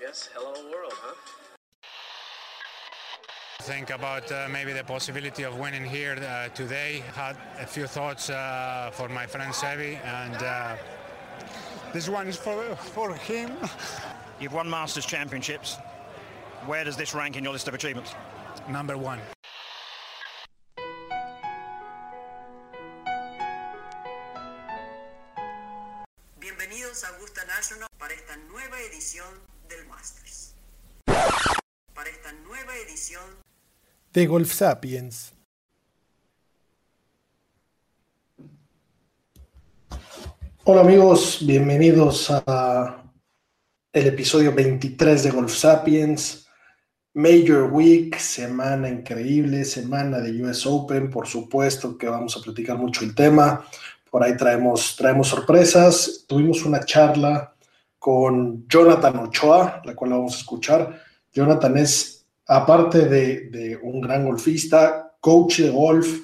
guess hello world, huh? Think about maybe the possibility of winning here today. Had a few thoughts for my friend Sevi, and this one is for him. You've won Masters Championships. Where does this rank in your list of achievements? Number one. Bienvenidos a Augusta National para esta nueva edición del Masters. Para esta nueva edición de Golf Sapiens. Hola amigos, bienvenidos a el episodio 23 de Golf Sapiens. Major Week, semana increíble, semana de US Open, por supuesto que vamos a platicar mucho el tema. Por ahí traemos sorpresas. Tuvimos una charla con Jonathan Ochoa, la cual vamos a escuchar. Jonathan es, aparte de un gran golfista, coach de golf,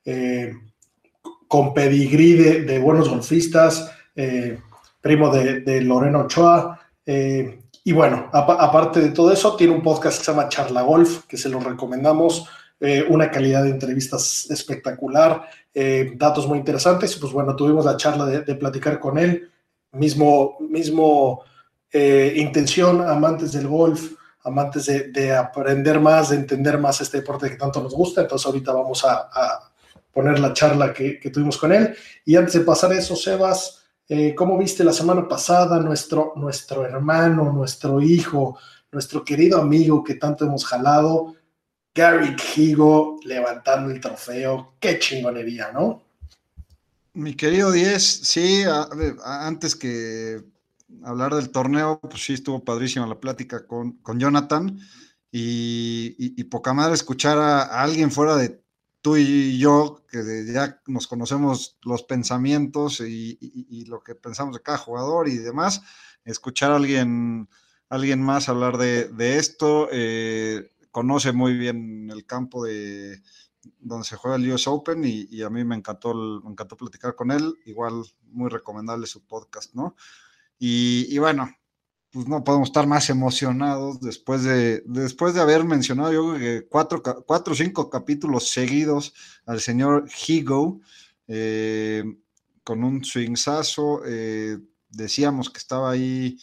con pedigrí de buenos golfistas, primo de Lorena Ochoa. Y bueno, aparte de todo eso, tiene un podcast que se llama Charla Golf, que se lo recomendamos. Una calidad de entrevistas espectacular, datos muy interesantes. Y pues bueno, tuvimos la charla de platicar con él. Mismo intención, amantes del golf, amantes de aprender más, de entender más este deporte que tanto nos gusta. Entonces ahorita vamos a poner la charla que tuvimos con él. Y antes de pasar eso, Sebas, ¿cómo viste la semana pasada nuestro hermano, nuestro hijo, nuestro querido amigo que tanto hemos jalado, Garrick Higgo, levantando el trofeo? Qué chingonería, ¿no? Mi querido 10, sí, antes que hablar del torneo, pues sí, estuvo padrísima la plática con Jonathan y poca madre escuchar a alguien fuera de tú y yo, que ya nos conocemos los pensamientos y lo que pensamos de cada jugador y demás, escuchar a alguien más hablar de esto, conoce muy bien el campo de donde se juega el US Open y a mí me encantó platicar con él. Igual muy recomendable su podcast, ¿no? Y bueno, pues no podemos estar más emocionados después de haber mencionado, yo creo que 4 o 5 capítulos seguidos al señor Higgo, con un swingsazo. Decíamos que estaba ahí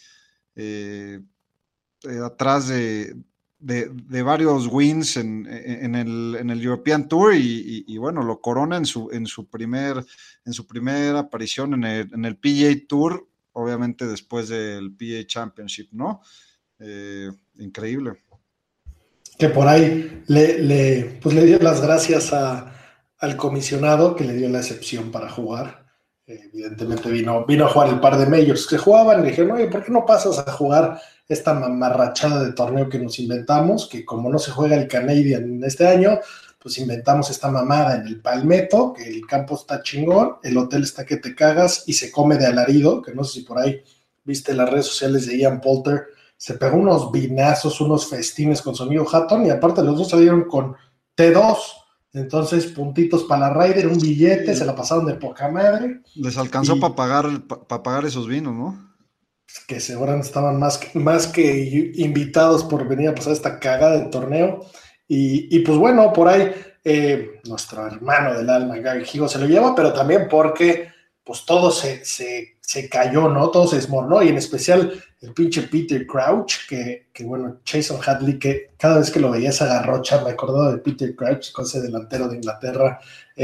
atrás de varios wins en el European Tour y bueno, lo corona en su primera aparición en el PGA Tour, obviamente después del PGA Championship, ¿no? Increíble. Que por ahí le dio las gracias al comisionado, que le dio la excepción para jugar. Evidentemente vino a jugar el par de majors que jugaban. Le dijeron, oye, ¿por qué no pasas a jugar esta mamarrachada de torneo que nos inventamos? Que como no se juega el Canadian este año, pues inventamos esta mamada en el Palmetto, que el campo está chingón, el hotel está que te cagas y se come de alarido, que no sé si por ahí viste las redes sociales de Ian Poulter. Se pegó unos vinazos, unos festines con su amigo Hatton, y aparte los dos salieron con T2. Entonces, puntitos para la Ryder, un billete, se la pasaron de poca madre. Les alcanzó para pagar esos vinos, ¿no? Que seguramente estaban más que invitados por venir a pasar esta cagada de torneo. Y pues bueno, por ahí nuestro hermano del alma, Garrick Higgo, se lo lleva, pero también porque pues todo se cayó, ¿no? Todo se desmoronó, y en especial el pinche Peter Crouch, que bueno, Jason Hadley, que cada vez que lo veía esa garrocha me acordaba de Peter Crouch, con ese delantero de Inglaterra.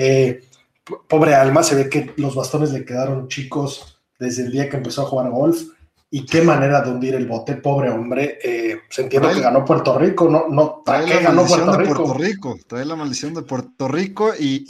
Pobre alma, se ve que los bastones le quedaron chicos desde el día que empezó a jugar golf, y qué manera de hundir el bote, pobre hombre. Se entiende que ganó Puerto Rico, no, trae la maldición de Puerto Rico, trae la maldición de Puerto Rico y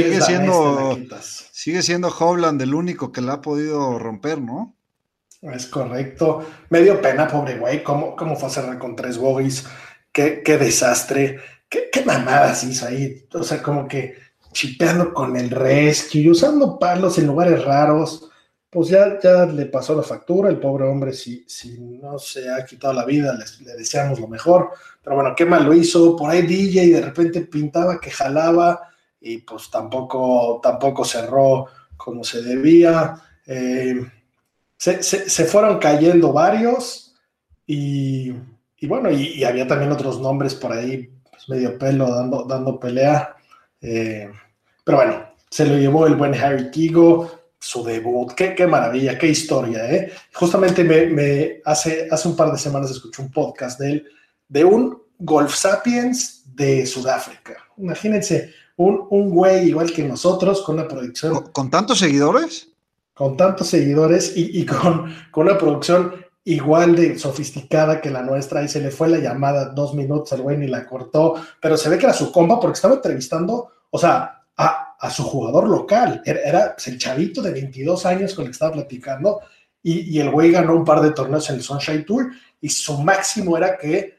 sigue siendo Hovland el único que la ha podido romper, ¿no? Es correcto. Me dio pena, pobre güey, cómo fue a cerrar con 3 bogies, qué desastre, qué mamadas hizo ahí, o sea, como que chipeando con el rescue, usando palos en lugares raros. Pues ya le pasó la factura, el pobre hombre, si no se ha quitado la vida, le deseamos lo mejor, pero bueno, qué mal lo hizo. Por ahí DJ de repente pintaba que jalaba, y pues tampoco cerró como se debía. Se fueron cayendo varios, Y, y bueno, y había también otros nombres por ahí, pues medio pelo, dando pelea. Pero bueno, se lo llevó el buen Harry Kigo, su debut. Qué maravilla, qué historia, ¿eh? Justamente hace un par de semanas escuché un podcast de él, de un Golf Sapiens de Sudáfrica. Imagínense, un güey igual que nosotros, con una producción. ¿Con tantos seguidores? Con tantos seguidores y con una producción igual de sofisticada que la nuestra, y se le fue la llamada 2 minutos al güey, ni la cortó, pero se ve que era su compa porque estaba entrevistando, o sea, a su jugador local, era pues, el chavito de 22 años con el que estaba platicando, y el güey ganó un par de torneos en el Sunshine Tour, y su máximo era que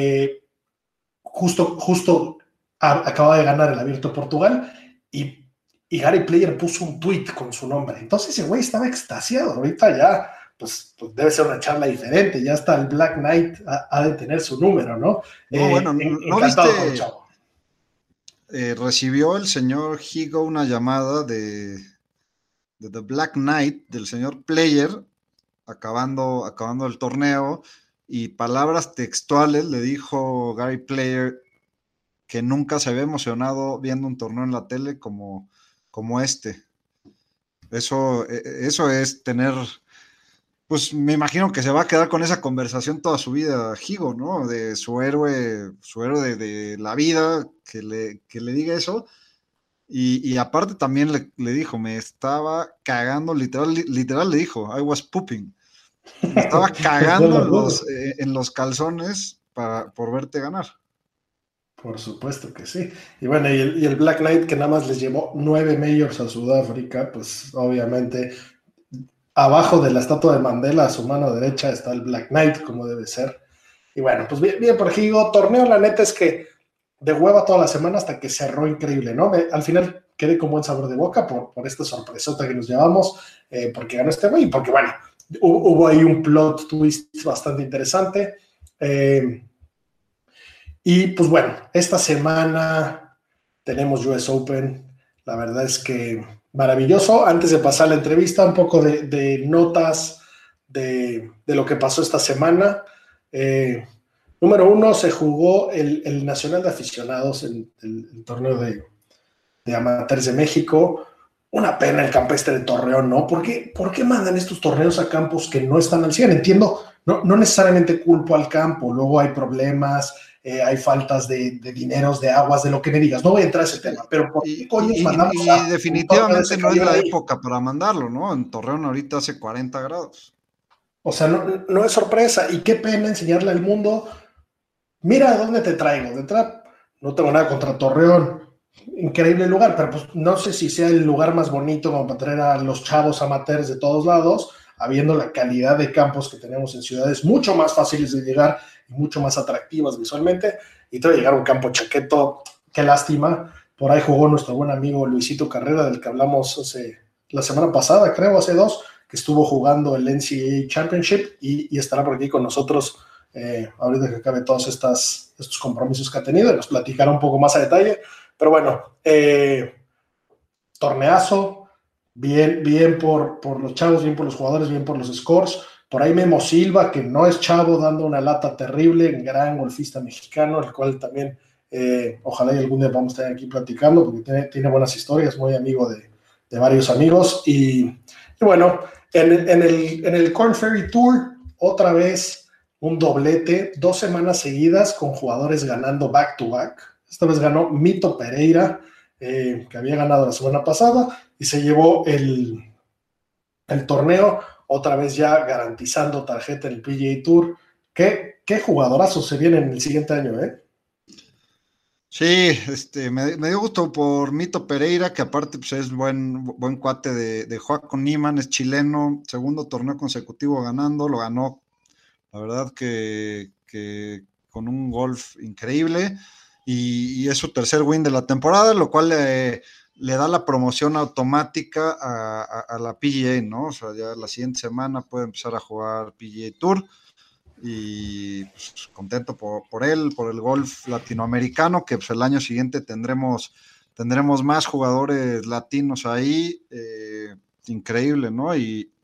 justo acababa de ganar el Abierto de Portugal, y Gary Player puso un tweet con su nombre. Entonces ese güey estaba extasiado. Ahorita ya, pues debe ser una charla diferente. Ya hasta el Black Knight ha de tener su número, ¿no? Bueno, ¿no viste? Con el chavo. Recibió el señor Higo una llamada de The Black Knight, del señor Player, acabando el torneo, y palabras textuales le dijo Gary Player que nunca se había emocionado viendo un torneo en la tele como este. Eso es tener, pues me imagino que se va a quedar con esa conversación toda su vida, Higo, ¿no? De su héroe de la vida, que le diga eso. Y aparte también le dijo, me estaba cagando, literal le dijo, I was pooping. Me estaba cagando en los calzones por verte ganar. Por supuesto que sí. Y bueno, y el Black Knight, que nada más les llevó 9 majors a Sudáfrica, pues obviamente abajo de la estatua de Mandela, a su mano derecha, está el Black Knight, como debe ser. Y bueno, pues bien por Higo. Torneo, la neta es que de hueva toda la semana hasta que cerró increíble, ¿no? Al final quedé con buen sabor de boca por esta sorpresota que nos llevamos, porque ganó este güey, y porque bueno, hubo ahí un plot twist bastante interesante. Y pues bueno, esta semana tenemos US Open. La verdad es que maravilloso. Antes de pasar la entrevista, un poco de notas de lo que pasó esta semana. Número 1, se jugó el Nacional de Aficionados, el torneo de amateurs de México. Una pena el campestre de Torreón, ¿no? ¿Por qué mandan estos torneos a campos que no están al 100? Entiendo, no necesariamente culpo al campo, luego hay problemas, hay faltas de dineros, de aguas, de lo que me digas. No voy a entrar a ese tema, pero ¿por qué coño mandamos y definitivamente no es la época para mandarlo, ¿no? En Torreón ahorita hace 40 grados. O sea, no es sorpresa, y qué pena enseñarle al mundo, mira a dónde te traigo. De entrada, no tengo nada contra Torreón, increíble lugar, pero pues no sé si sea el lugar más bonito como para traer a los chavos amateurs de todos lados, habiendo la calidad de campos que tenemos en ciudades mucho más fáciles de llegar y mucho más atractivas visualmente, y te va a llegar a un campo chaqueto. Qué lástima. Por ahí jugó nuestro buen amigo Luisito Carrera, del que hablamos la semana pasada, creo, hace 2, que estuvo jugando el NCAA Championship, y estará por aquí con nosotros ahorita que acabe todos estos compromisos que ha tenido, y nos platicará un poco más a detalle. Pero bueno, torneazo, bien por los chavos, bien por los jugadores, bien por los scores. Por ahí Memo Silva, que no es chavo, dando una lata terrible, un gran golfista mexicano, el cual también ojalá y algún día vamos a estar aquí platicando, porque tiene buenas historias, muy amigo de varios amigos. Y bueno, en el Korn Ferry Tour, otra vez un doblete, 2 semanas seguidas con jugadores ganando back-to-back. Esta vez ganó Mito Pereira, que había ganado la semana pasada, y se llevó el torneo, otra vez ya garantizando tarjeta en el PGA Tour. Qué jugadorazos se vienen en el siguiente año, ¿eh? Sí, me dio gusto por Mito Pereira, que aparte pues, es buen cuate de Joaquín Niemann, es chileno, segundo torneo consecutivo ganando, lo ganó, la verdad que con un golf increíble, y es su tercer win de la temporada, lo cual le da la promoción automática a la PGA, ¿no? O sea, ya la siguiente semana puede empezar a jugar PGA Tour, y pues, contento por él, por el golf latinoamericano, que pues, el año siguiente tendremos más jugadores latinos ahí, increíble, ¿no? Y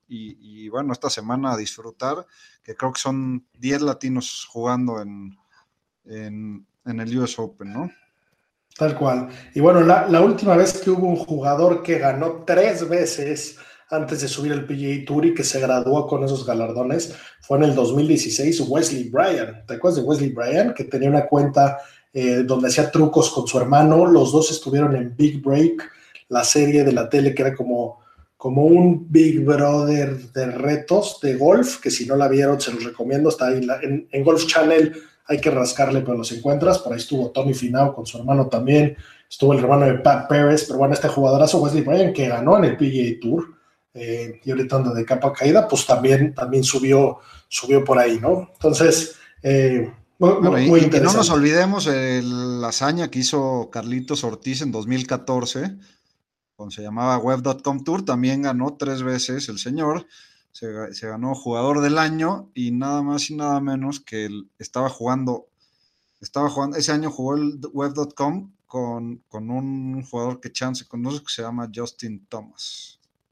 y bueno, esta semana a disfrutar, que creo que son 10 latinos jugando en el US Open, ¿no? Tal cual. Y bueno, la última vez que hubo un jugador que ganó 3 veces antes de subir al PGA Tour y que se graduó con esos galardones fue en el 2016, Wesley Bryan. ¿Te acuerdas de Wesley Bryan? Que tenía una cuenta donde hacía trucos con su hermano. Los dos estuvieron en Big Break, la serie de la tele que era como un Big Brother de retos de golf, que si no la vieron se los recomiendo. Está ahí en Golf Channel. Hay que rascarle, pero los encuentras. Por ahí estuvo Tony Finau con su hermano también. Estuvo el hermano de Pat Perez. Pero bueno, este jugadorazo Wesley Bryan que ganó en el PGA Tour y ahorita anda de capa caída, pues también subió por ahí, ¿no? Entonces, muy interesante. Y no nos olvidemos la hazaña que hizo Carlitos Ortiz en 2014, cuando se llamaba Web.com Tour. También ganó 3 veces el señor. Se ganó jugador del año y nada más y nada menos que él estaba jugando, ese año jugó el Web.com con un jugador que Chance conoce que se llama Justin Thomas.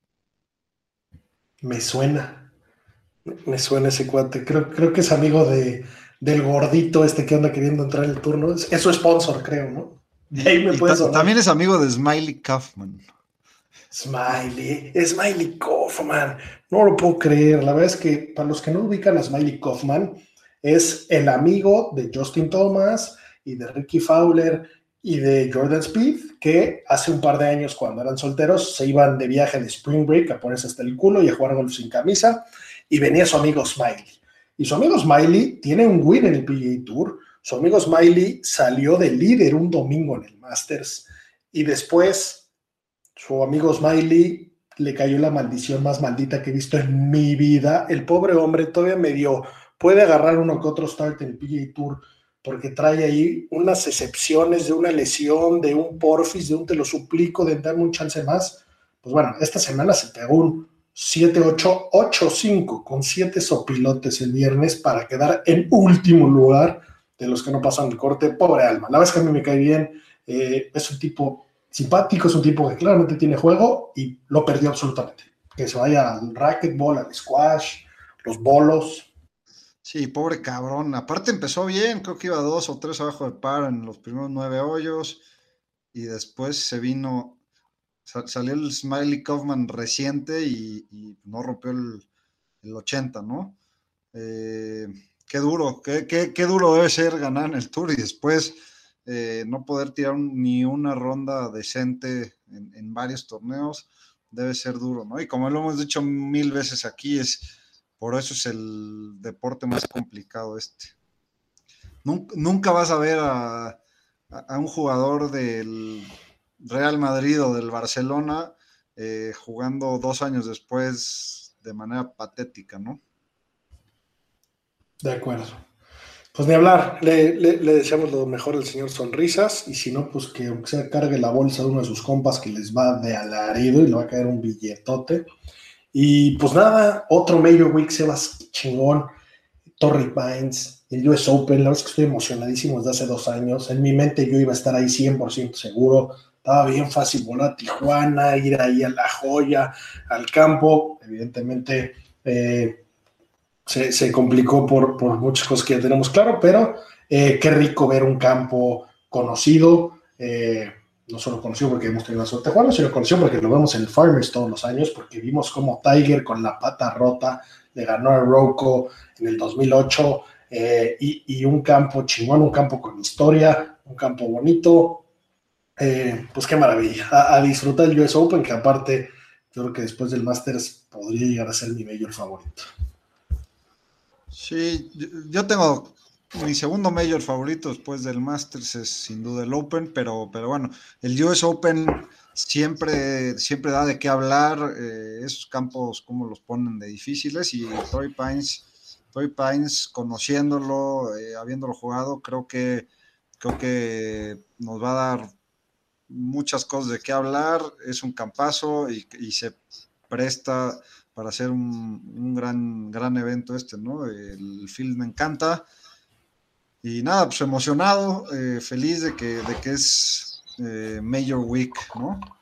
Me suena ese cuate. Creo que es amigo del gordito este que anda queriendo entrar el turno. Es su sponsor, creo, ¿no? De ahí me puedes hablar. También es amigo de Smiley Kaufman. Smiley Kaufman. No lo puedo creer. La verdad es que para los que no ubican a Smiley Kaufman, es el amigo de Justin Thomas y de Ricky Fowler y de Jordan Spieth, que hace un par de años, cuando eran solteros, se iban de viaje de Spring Break a ponerse hasta el culo y a jugar golf sin camisa, y venía su amigo Smiley. Y su amigo Smiley tiene un win en el PGA Tour. Su amigo Smiley salió de líder un domingo en el Masters, y después su amigo Smiley le cayó la maldición más maldita que he visto en mi vida. El pobre hombre todavía puede agarrar uno que otro start en el PGA Tour, porque trae ahí unas excepciones de una lesión, de un porfis, de un te lo suplico, de darme un chance más. Pues bueno, esta semana se pegó un 7-8, 8-5, con 7 sopilotes el viernes para quedar en último lugar de los que no pasan el corte. Pobre alma. La verdad es que a mí me cae bien. Es un tipo simpático, es un tipo que claramente tiene juego y lo perdió absolutamente. Que se vaya al racquetball, al squash, los bolos. Sí, pobre cabrón. Aparte empezó bien, creo que iba 2 o 3 abajo de par en los primeros 9 hoyos y después salió el Smiley Kaufman reciente y no rompió el 80, ¿no? Qué duro debe ser ganar en el Tour y después no poder tirar ni una ronda decente en varios torneos. Debe ser duro, ¿no? Y como lo hemos dicho 1000 veces aquí, por eso es el deporte más complicado este. Nunca vas a ver a un jugador del Real Madrid o del Barcelona jugando 2 años después de manera patética, ¿no? De acuerdo. Pues ni hablar, le deseamos lo mejor al señor Sonrisas, y si no, pues que aunque sea cargue la bolsa de uno de sus compas que les va de alarido y le va a caer un billetote. Y pues nada, otro Major Week, Sebas, chingón. Torrey Pines, el US Open, la verdad es que estoy emocionadísimo desde hace 2 años. En mi mente yo iba a estar ahí 100% seguro. Estaba bien fácil volar a Tijuana, ir ahí a La Joya, al campo. Evidentemente se complicó por muchas cosas que ya tenemos claro, pero qué rico ver un campo conocido. No solo conocido porque hemos tenido la suerte de jugarlo, sino conocido porque lo vemos en el Farmers todos los años, porque vimos cómo Tiger con la pata rota le ganó a Rocco en el 2008, y un campo chingón, un campo con historia, un campo bonito. Pues qué maravilla, a disfrutar el US Open, que aparte yo creo que después del Masters podría llegar a ser mi Major favorito. Sí, yo tengo mi segundo Major favorito después del Masters, es sin duda el Open, pero bueno, el US Open siempre da de qué hablar. Esos campos como los ponen de difíciles, y Torrey Pines conociéndolo, habiéndolo jugado, creo que nos va a dar muchas cosas de qué hablar. Es un campazo y se presta para hacer un gran evento ¿no? El field me encanta. Y nada, pues emocionado, feliz de que es Major Week, ¿no?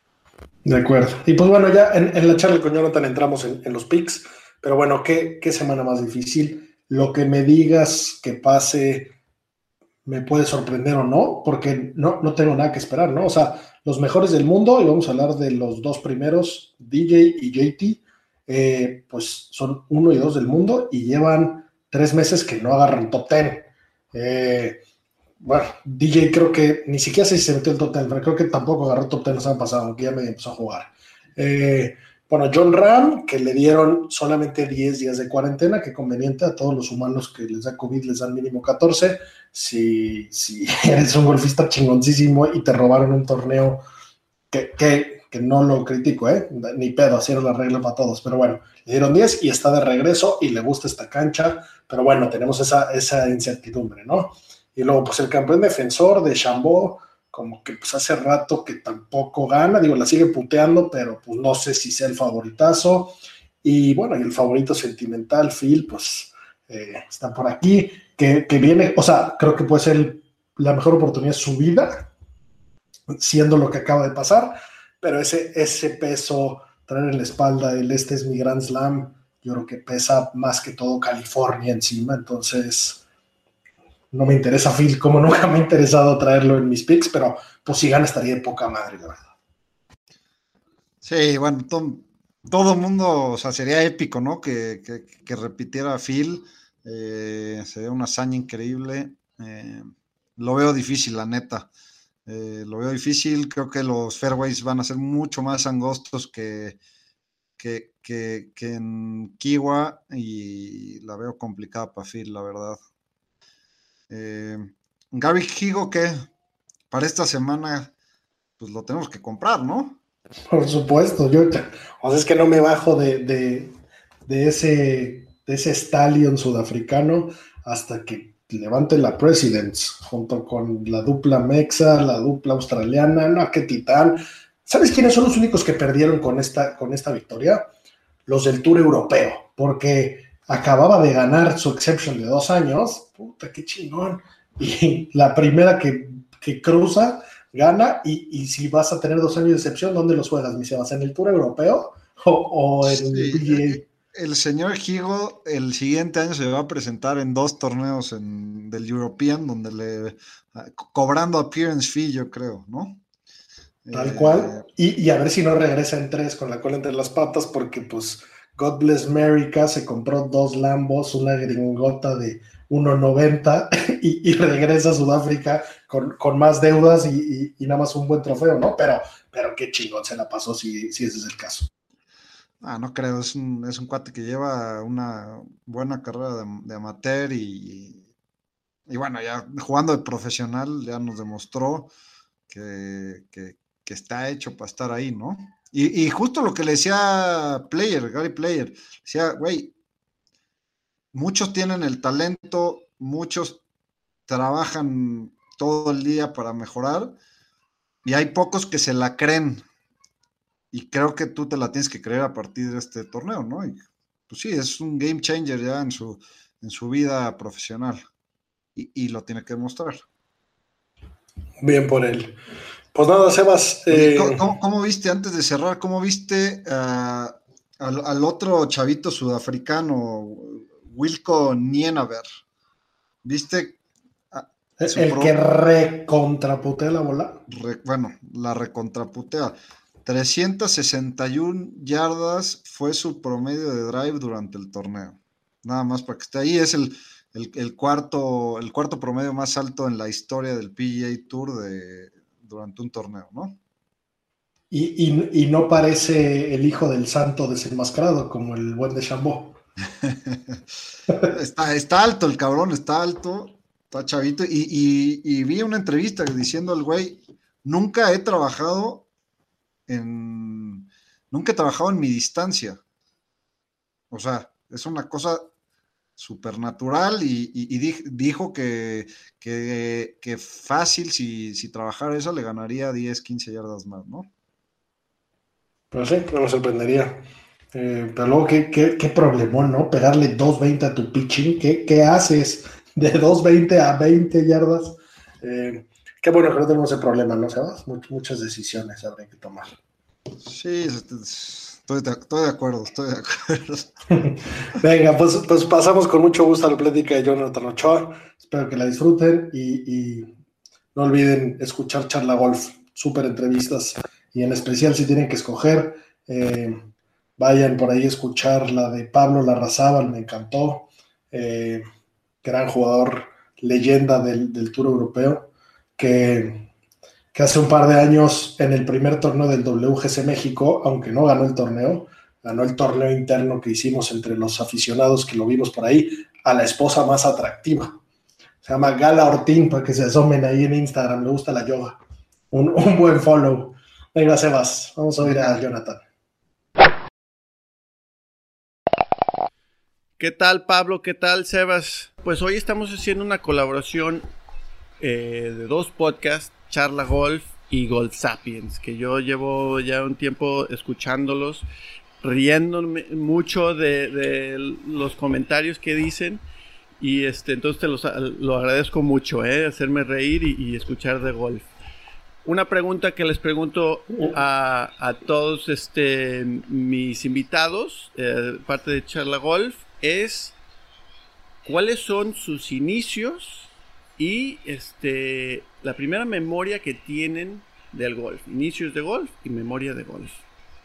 De acuerdo. Y pues bueno, ya en la charla con Jonathan entramos en los picks, pero bueno, ¿qué semana más difícil? Lo que me digas que pase me puede sorprender o no, porque no tengo nada que esperar, ¿no? O sea, los mejores del mundo, y vamos a hablar de los dos primeros, DJ y JT, pues son 1 y 2 del mundo y llevan 3 meses que no agarran top 10. Bueno, DJ creo que ni siquiera sé si se metió el top 10, pero creo que tampoco agarró top 10 la semana pasada, aunque ya me empezó a jugar. Bueno, John Ram, que le dieron solamente 10 días de cuarentena, que conveniente, a todos los humanos que les da COVID les dan mínimo 14. Si eres un golfista chingoncísimo y te robaron un torneo, que no lo critico, ni pedo, así era la regla para todos, pero bueno, le dieron 10 y está de regreso y le gusta esta cancha, pero bueno, tenemos esa incertidumbre, ¿no? Y luego, pues el campeón defensor de Chambó, como que pues hace rato que tampoco gana, digo, la sigue puteando, pero pues no sé si sea el favoritazo. Y bueno, y el favorito sentimental, Phil, pues está por aquí, que viene, o sea, creo que puede ser la mejor oportunidad de su vida, siendo lo que acaba de pasar, pero ese peso, traer en la espalda, este es mi Grand Slam, yo creo que pesa más que todo California encima, entonces no me interesa Phil, como nunca me ha interesado traerlo en mis picks, pero pues si gana estaría de poca madre, la verdad. Sí, bueno, todo mundo, o sea, sería épico, ¿no? Que repitiera Phil, sería una hazaña increíble. Lo veo difícil, la neta. Lo veo difícil, creo que los fairways van a ser mucho más angostos que en Kiwa y la veo complicada para Phil, la verdad. Gary Higo, que para esta semana pues lo tenemos que comprar, ¿no? Por supuesto, o sea, es que no me bajo de ese stallion sudafricano hasta que levante la Presidents, junto con la dupla mexa, la dupla australiana, no, qué titán. ¿Sabes quiénes son los únicos que perdieron con esta victoria? Los del Tour Europeo, porque acababa de ganar su Exception de 2 años, puta, qué chingón, y la primera que cruza, gana, y si vas a tener 2 años de excepción, ¿dónde los juegas, mi Sebas? ¿En el Tour Europeo o en el PGA? El señor Higo el siguiente año se va a presentar en 2 torneos del European, donde cobrando appearance fee, yo creo, ¿no? Tal cual, y a ver si no regresa en 3 con la cola entre las patas, porque pues God Bless America se compró 2 Lambos, una gringota de 1.90 y regresa a Sudáfrica con más deudas y nada más un buen trofeo, ¿no? Pero qué chingón se la pasó si ese es el caso. No creo, es un cuate que lleva una buena carrera de amateur y bueno, ya jugando de profesional ya nos demostró que está hecho para estar ahí, ¿no? Y justo lo que le decía Gary Player, decía, güey, muchos tienen el talento, muchos trabajan todo el día para mejorar y hay pocos que se la creen. Y creo que tú te la tienes que creer a partir de este torneo, ¿no? Y pues sí, es un game changer ya en su vida profesional. Y lo tiene que demostrar. Bien por él. Pues nada, Sebas. ¿Cómo viste, antes de cerrar, cómo viste al otro chavito sudafricano, Wilco Nienaber? ¿Viste? El que recontraputea la bola. La recontraputea. 361 yardas fue su promedio de drive durante el torneo. Nada más para que esté ahí. Es el cuarto promedio más alto en la historia del PGA Tour durante un torneo, ¿no? Y no parece el hijo del santo desenmascarado como el buen de Chambó. Está alto el cabrón, está alto, está chavito. Y vi una entrevista diciendo el güey, nunca he trabajado en mi distancia. O sea, es una cosa supernatural y dijo que fácil, si trabajara eso, le ganaría 10, 15 yardas más, ¿no? Pero sí, no me sorprendería. Pero luego, qué problemón, ¿no? Pegarle 2.20 a tu pitching. ¿Qué haces de 2.20 a 20 yardas? Qué bueno que no tenemos ese problema, ¿no, Sebas? Muchas decisiones habría que tomar. Sí, estoy de acuerdo. Venga, pues pasamos con mucho gusto a la plática de Jonathan Ochoa. Espero que la disfruten y no olviden escuchar Charla Golf, súper entrevistas. Y en especial si tienen que escoger, vayan por ahí a escuchar la de Pablo Larrazábal, me encantó. Gran jugador, leyenda del Tour Europeo, que hace un par de años en el primer torneo del WGC México, aunque no ganó el torneo, ganó el torneo interno que hicimos entre los aficionados que lo vimos por ahí, a la esposa más atractiva. Se llama Gala Ortín, para que se asomen ahí en Instagram, le gusta la yoga. Un buen follow. Venga, Sebas, vamos a oír a Jonathan. ¿Qué tal, Pablo? ¿Qué tal, Sebas? Pues hoy estamos haciendo una colaboración de dos podcasts, Charla Golf y Golf Sapiens, que yo llevo ya un tiempo escuchándolos, riéndome mucho de los comentarios que dicen, y entonces lo agradezco mucho, hacerme reír y escuchar de golf. Una pregunta que les pregunto a todos mis invitados, parte de Charla Golf, es ¿cuáles son sus inicios y la primera memoria que tienen del golf? Inicios de golf y memoria de golf.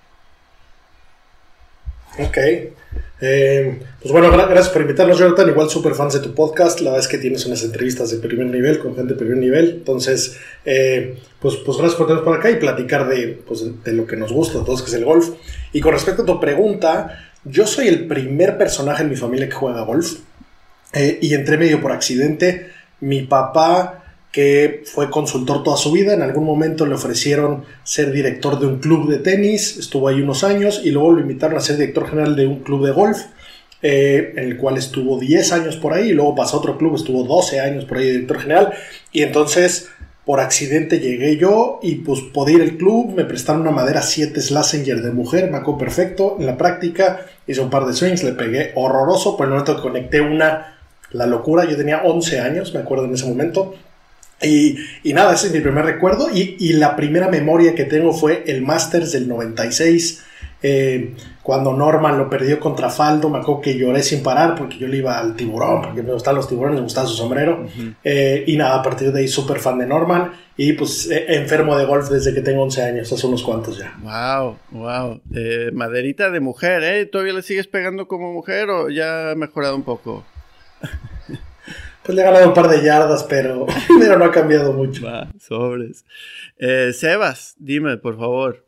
Ok. Pues bueno, gracias por invitarnos, Jonathan. Igual súper fans de tu podcast. La verdad es que tienes unas entrevistas de primer nivel con gente de primer nivel. Entonces, pues gracias por tenernos por acá y platicar de lo que nos gusta a todos, que es el golf. Y con respecto a tu pregunta, yo soy el primer personaje en mi familia que juega golf. Y entré medio por accidente. Mi papá, que fue consultor toda su vida, en algún momento le ofrecieron ser director de un club de tenis, estuvo ahí unos años y luego lo invitaron a ser director general de un club de golf, en el cual estuvo 10 años por ahí, y luego pasó a otro club, estuvo 12 años por ahí de director general, y entonces por accidente llegué yo y pues podía ir al club, me prestaron una madera 7 Schlesinger de mujer, me acuerdo perfecto, en la práctica hice un par de swings, le pegué horroroso, pero en el momento que conecté la locura, yo tenía 11 años, me acuerdo en ese momento. Y nada, ese es mi primer recuerdo y la primera memoria que tengo fue el Masters del 96, cuando Norman lo perdió contra Faldo. Me acuerdo que lloré sin parar porque yo le iba al tiburón, porque me gustaban los tiburones, me gustaba su sombrero. Y nada, a partir de ahí súper fan de Norman y pues enfermo de golf desde que tengo 11 años, hace unos cuantos ya. Wow. Maderita de mujer, ¿eh? ¿Todavía le sigues pegando como mujer o ya ha mejorado un poco? Pues le he ganado un par de yardas, pero no ha cambiado mucho. Sobres. Sebas, dime, por favor.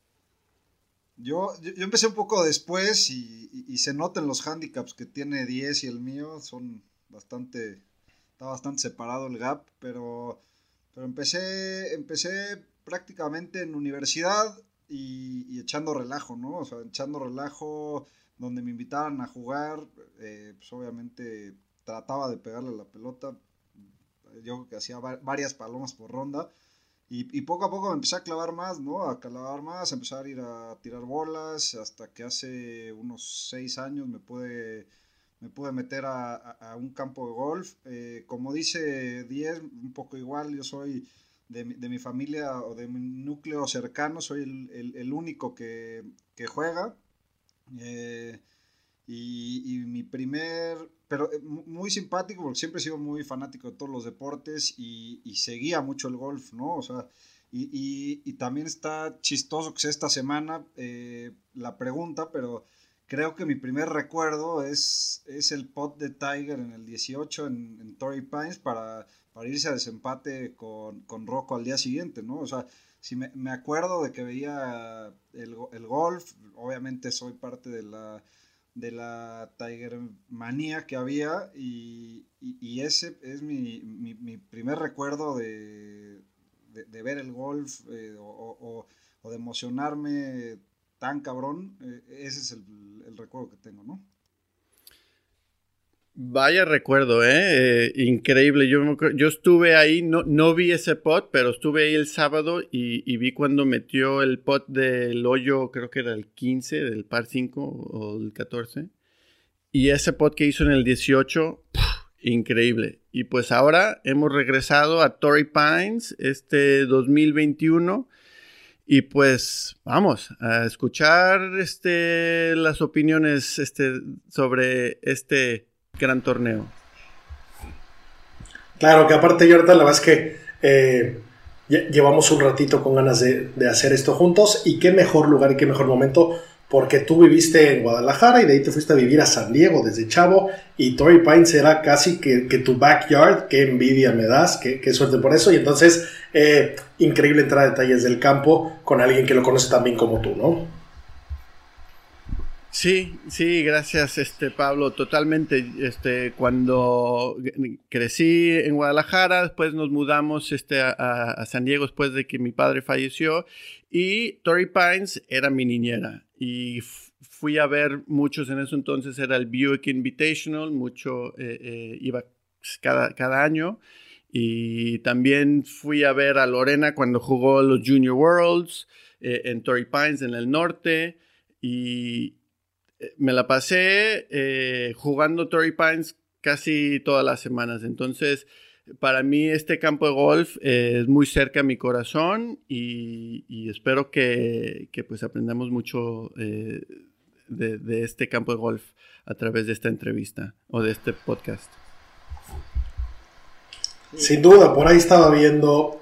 Yo empecé un poco después y se notan los handicaps que tiene 10 y el mío, está bastante separado el gap, pero empecé prácticamente en universidad y echando relajo, ¿no? O sea, echando relajo donde me invitaran a jugar, pues obviamente trataba de pegarle a la pelota. Yo creo que hacía varias palomas por ronda y poco a poco me empecé a clavar más, ¿no? A empezar a ir a tirar bolas, hasta que hace unos 6 años me pude meter a un campo de golf. Como dice 10, un poco igual, yo soy de mi familia o de mi núcleo cercano, soy el único que juega. Y mi pero muy simpático porque siempre he sido muy fanático de todos los deportes y seguía mucho el golf, ¿no? O sea, y también está chistoso que sea esta semana la pregunta, pero creo que mi primer recuerdo es el putt de Tiger en el 18 en Torrey Pines para irse a desempate con Rocco al día siguiente, ¿no? O sea, si me acuerdo de que veía el golf, obviamente soy parte de la Tiger manía que había y ese es mi primer recuerdo de ver el golf o de emocionarme tan cabrón. Ese es el recuerdo que tengo, ¿no? Vaya recuerdo, increíble. Yo estuve ahí, no vi ese putt, pero estuve ahí el sábado y vi cuando metió el putt del hoyo, creo que era el 15, del par 5 o el 14. Y ese putt que hizo en el 18, increíble. Y pues ahora hemos regresado a Torrey Pines 2021 Y pues vamos a escuchar las opiniones sobre este gran torneo. Claro, que aparte, Jonathan, la verdad es que llevamos un ratito con ganas de hacer esto juntos, y qué mejor lugar y qué mejor momento, porque tú viviste en Guadalajara y de ahí te fuiste a vivir a San Diego desde chavo, y Torrey Pines era casi que tu backyard. Qué envidia me das, qué suerte por eso. Y entonces, increíble entrar a detalles del campo con alguien que lo conoce tan bien como tú, ¿no? Sí, gracias, Pablo, totalmente. Cuando crecí en Guadalajara, después nos mudamos a San Diego después de que mi padre falleció, y Torrey Pines era mi niñera, y fui a ver muchos en ese entonces. Era el Buick Invitational, iba cada año, y también fui a ver a Lorena cuando jugó los Junior Worlds en Torrey Pines en el norte, y me la pasé jugando Torrey Pines casi todas las semanas. Entonces, para mí este campo de golf es muy cerca a mi corazón, y espero que pues aprendamos mucho de este campo de golf a través de esta entrevista o de este podcast. Sin duda, por ahí estaba viendo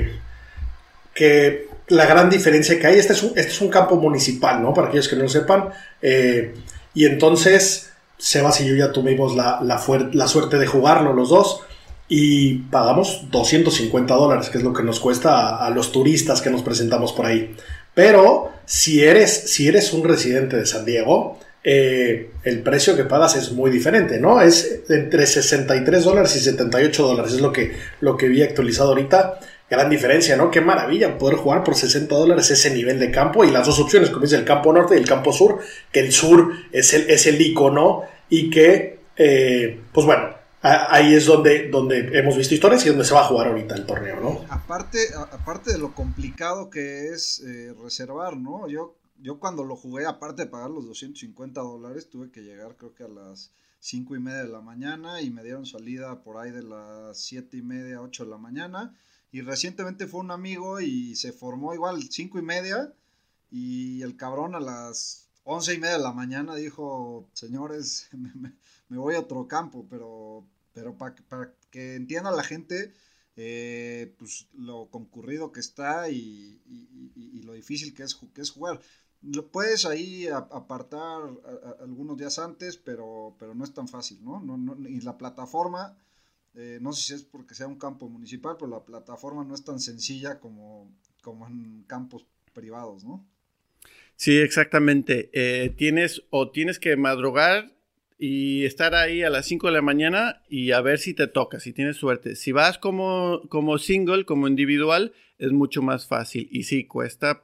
que la gran diferencia que hay, este es un campo municipal, ¿no? Para aquellos que no lo sepan, y entonces Sebas y yo ya tuvimos la suerte de jugarlo los dos, y pagamos $250, que es lo que nos cuesta a los turistas que nos presentamos por ahí. Pero si eres un residente de San Diego, el precio que pagas es muy diferente, ¿no? Es entre $63 y $78, es lo que vi actualizado ahorita. Gran diferencia, ¿no? Qué maravilla poder jugar por $60 ese nivel de campo, y las dos opciones, como dice, el campo norte y el campo sur, que el sur es el icono, y que, pues bueno, ahí es donde hemos visto historias y donde se va a jugar ahorita el torneo, ¿no? Aparte de lo complicado que es reservar, ¿no? Yo cuando lo jugué, aparte de pagar los $250, tuve que llegar creo que a las 5:30 de la mañana, y me dieron salida por ahí de las 7:30, 8 de la mañana. Y recientemente fue un amigo y se formó igual 5:30, y el cabrón a las 11:30 de la mañana dijo: señores, me voy a otro campo, pero para que entienda la gente pues lo concurrido que está y lo difícil que es jugar. Lo puedes ahí apartar algunos días antes, pero no es tan fácil, ¿no? Y la plataforma, no sé si es porque sea un campo municipal, pero la plataforma no es tan sencilla como en campos privados, ¿no? Sí, exactamente. Tienes que madrugar y estar ahí a las 5 de la mañana y a ver si te toca, si tienes suerte. Si vas como single, como individual, es mucho más fácil. Y sí, cuesta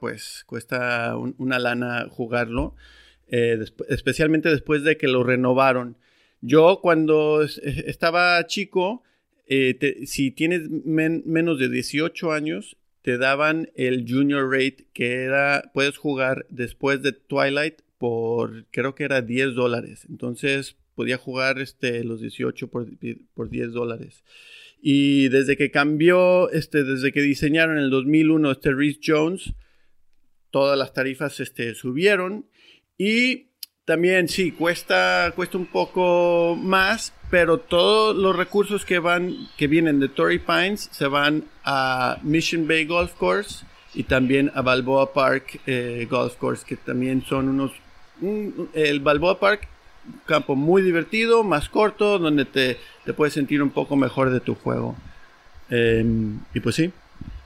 una lana jugarlo, especialmente después de que lo renovaron. Yo cuando estaba chico, si tienes menos de 18 años, te daban el junior rate, que era, puedes jugar después de Twilight por, creo que era $10. Entonces podía jugar los 18 por $10. Y desde que cambió, desde que diseñaron en el 2001 Reese Jones, todas las tarifas subieron. Y también sí, cuesta un poco más, pero todos los recursos que vienen de Torrey Pines se van a Mission Bay Golf Course y también a Balboa Park Golf Course, que también son el Balboa Park, un campo muy divertido, más corto, donde te puedes sentir un poco mejor de tu juego. Y pues sí.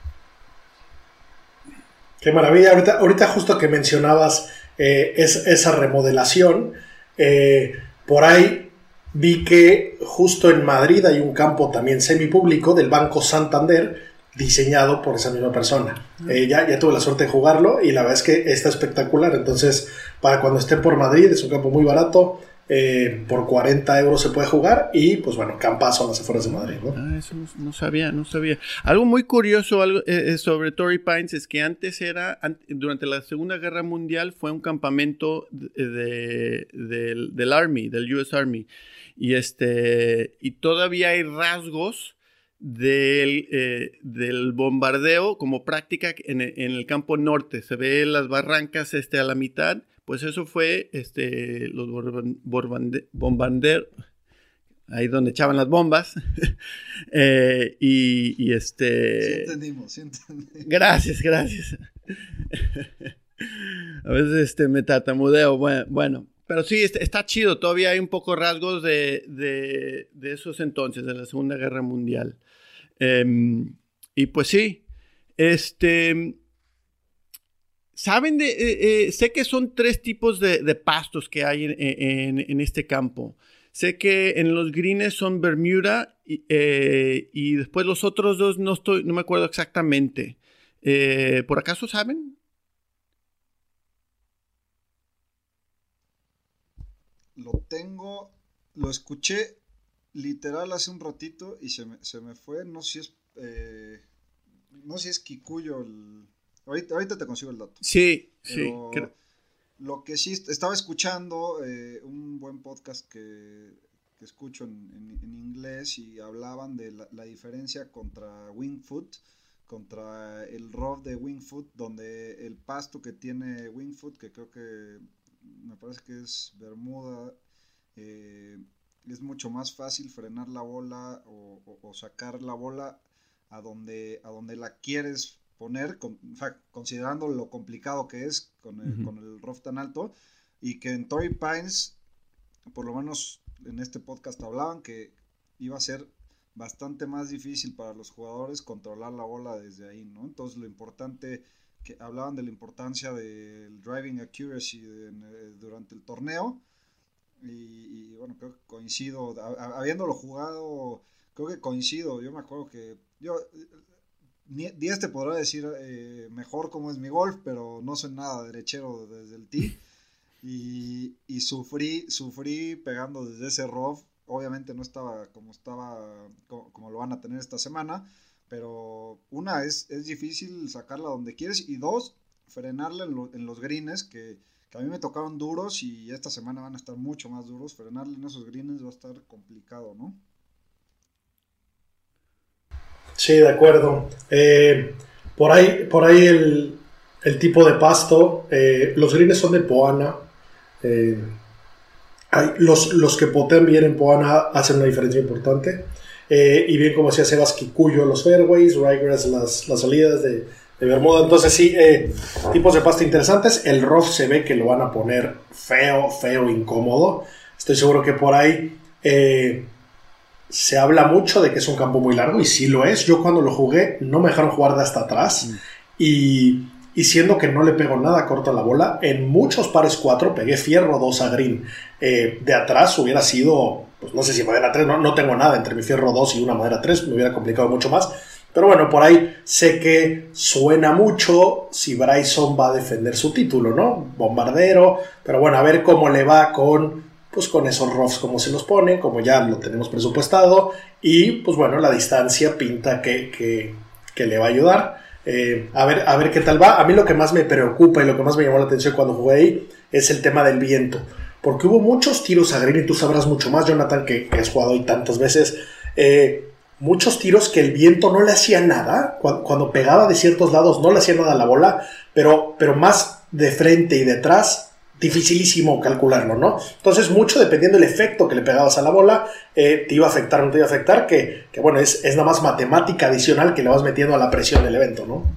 Qué maravilla. Ahorita justo que mencionabas esa remodelación, por ahí vi que justo en Madrid hay un campo también semipúblico del Banco Santander, diseñado por esa misma persona. Ya tuve la suerte de jugarlo y la verdad es que está espectacular. Entonces, para cuando esté por Madrid, es un campo muy barato, por 40 euros se puede jugar, y pues bueno, campazo a las afueras de Madrid, ¿no? Eso no sabía. Algo muy curioso sobre Torrey Pines es que antes durante la Segunda Guerra Mundial fue un campamento del Army, del US Army, y todavía hay rasgos del bombardeo como práctica en el campo norte. Se ve las barrancas a la mitad. Pues eso fue los bombarderos, ahí donde echaban las bombas. Sí entendimos. Gracias. A veces me tartamudeo. Bueno, pero sí, está chido. Todavía hay un poco rasgos de esos entonces, de la Segunda Guerra Mundial. Y pues sí, ¿saben sé que son 3 tipos de pastos que hay en este campo. Sé que en los greens son Bermuda y después los otros 2 no me acuerdo exactamente. ¿Por acaso saben? Lo escuché literal hace un ratito y se me fue, no sé si es Kikuyo ahorita te consigo el dato. Sí. Lo que sí estaba escuchando un buen podcast que escucho en inglés y hablaban de la diferencia contra Wingfoot, contra el rough de Wingfoot, donde el pasto que tiene Wingfoot, que creo que me parece que es Bermuda, es mucho más fácil frenar la bola o sacar la bola a donde la quieres poner, considerando lo complicado que es con el rough tan alto, y que en Torrey Pines, por lo menos en este podcast hablaban que iba a ser bastante más difícil para los jugadores controlar la bola desde ahí, ¿no? Entonces que hablaban de la importancia del driving accuracy durante el torneo, y bueno, creo que coincido, habiéndolo jugado, creo que coincido. Yo me acuerdo que Díaz te podrá decir mejor cómo es mi golf, pero no soy nada derechero desde el tee, y sufrí pegando desde ese rough. Obviamente no estaba como lo van a tener esta semana, pero una es difícil sacarla donde quieres, y 2, frenarla en los greens que a mí me tocaron duros, y esta semana van a estar mucho más duros. Frenarla en esos greens va a estar complicado, ¿no? Sí, de acuerdo. Por ahí el tipo de pasto, los greens son de Poana. Los que potean bien en Poana hacen una diferencia importante. Y bien, como decía Sebas, Kikuyo los fairways, Ryegrass las salidas de Bermuda. Entonces sí, tipos de pasto interesantes. El rough se ve que lo van a poner feo, incómodo. Estoy seguro que por ahí se habla mucho de que es un campo muy largo, y sí lo es. Yo cuando lo jugué no me dejaron jugar de hasta atrás, y siendo que no le pego nada corto a la bola, en muchos pares 4 pegué fierro 2 a green. De atrás hubiera sido, pues no sé si madera 3, no tengo nada entre mi fierro 2 y una madera 3, me hubiera complicado mucho más. Pero bueno, por ahí sé que suena mucho si Bryson va a defender su título, ¿no? Bombardero, pero bueno, a ver cómo le va con esos roughs, cómo se los ponen, como ya lo tenemos presupuestado, y pues bueno, la distancia pinta que le va a ayudar. A ver qué tal va. A mí lo que más me preocupa y lo que más me llamó la atención cuando jugué ahí es el tema del viento, porque hubo muchos tiros a green, y tú sabrás mucho más, Jonathan, que has jugado ahí tantas veces, muchos tiros que el viento no le hacía nada, cuando pegaba de ciertos lados no le hacía nada a la bola, pero más de frente y detrás, dificilísimo calcularlo, ¿no? Entonces, mucho dependiendo del efecto que le pegabas a la bola, te iba a afectar o no te iba a afectar, que bueno, es nada más matemática adicional que le vas metiendo a la presión del evento, ¿no?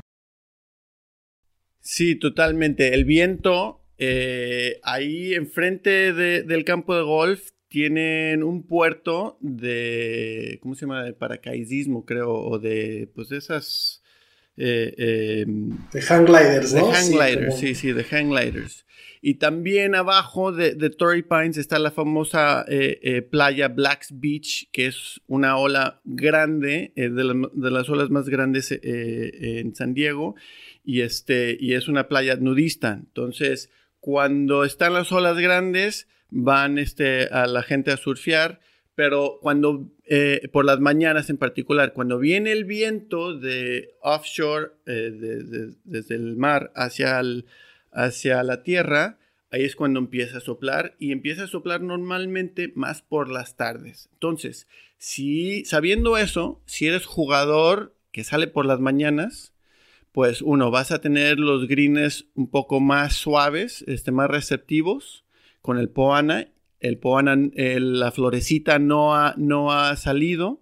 Sí, totalmente. El viento, ahí enfrente del campo de golf, tienen un puerto de, ¿cómo se llama? De paracaidismo, creo, o de, pues, esas... de hang gliders, ¿no? De hang gliders, sí, de hang gliders. Y también abajo de Torrey Pines está la famosa playa Black's Beach, que es una ola grande, de las olas más grandes en San Diego, y es una playa nudista. Entonces, cuando están las olas grandes, van a la gente a surfear, pero cuando por las mañanas en particular, cuando viene el viento de offshore, desde el mar hacia la tierra, ahí es cuando empieza a soplar, y empieza a soplar normalmente más por las tardes. Entonces, sabiendo eso, si eres jugador que sale por las mañanas, pues vas a tener los greens un poco más suaves, más receptivos con el Poana. El Poana, la florecita no ha salido,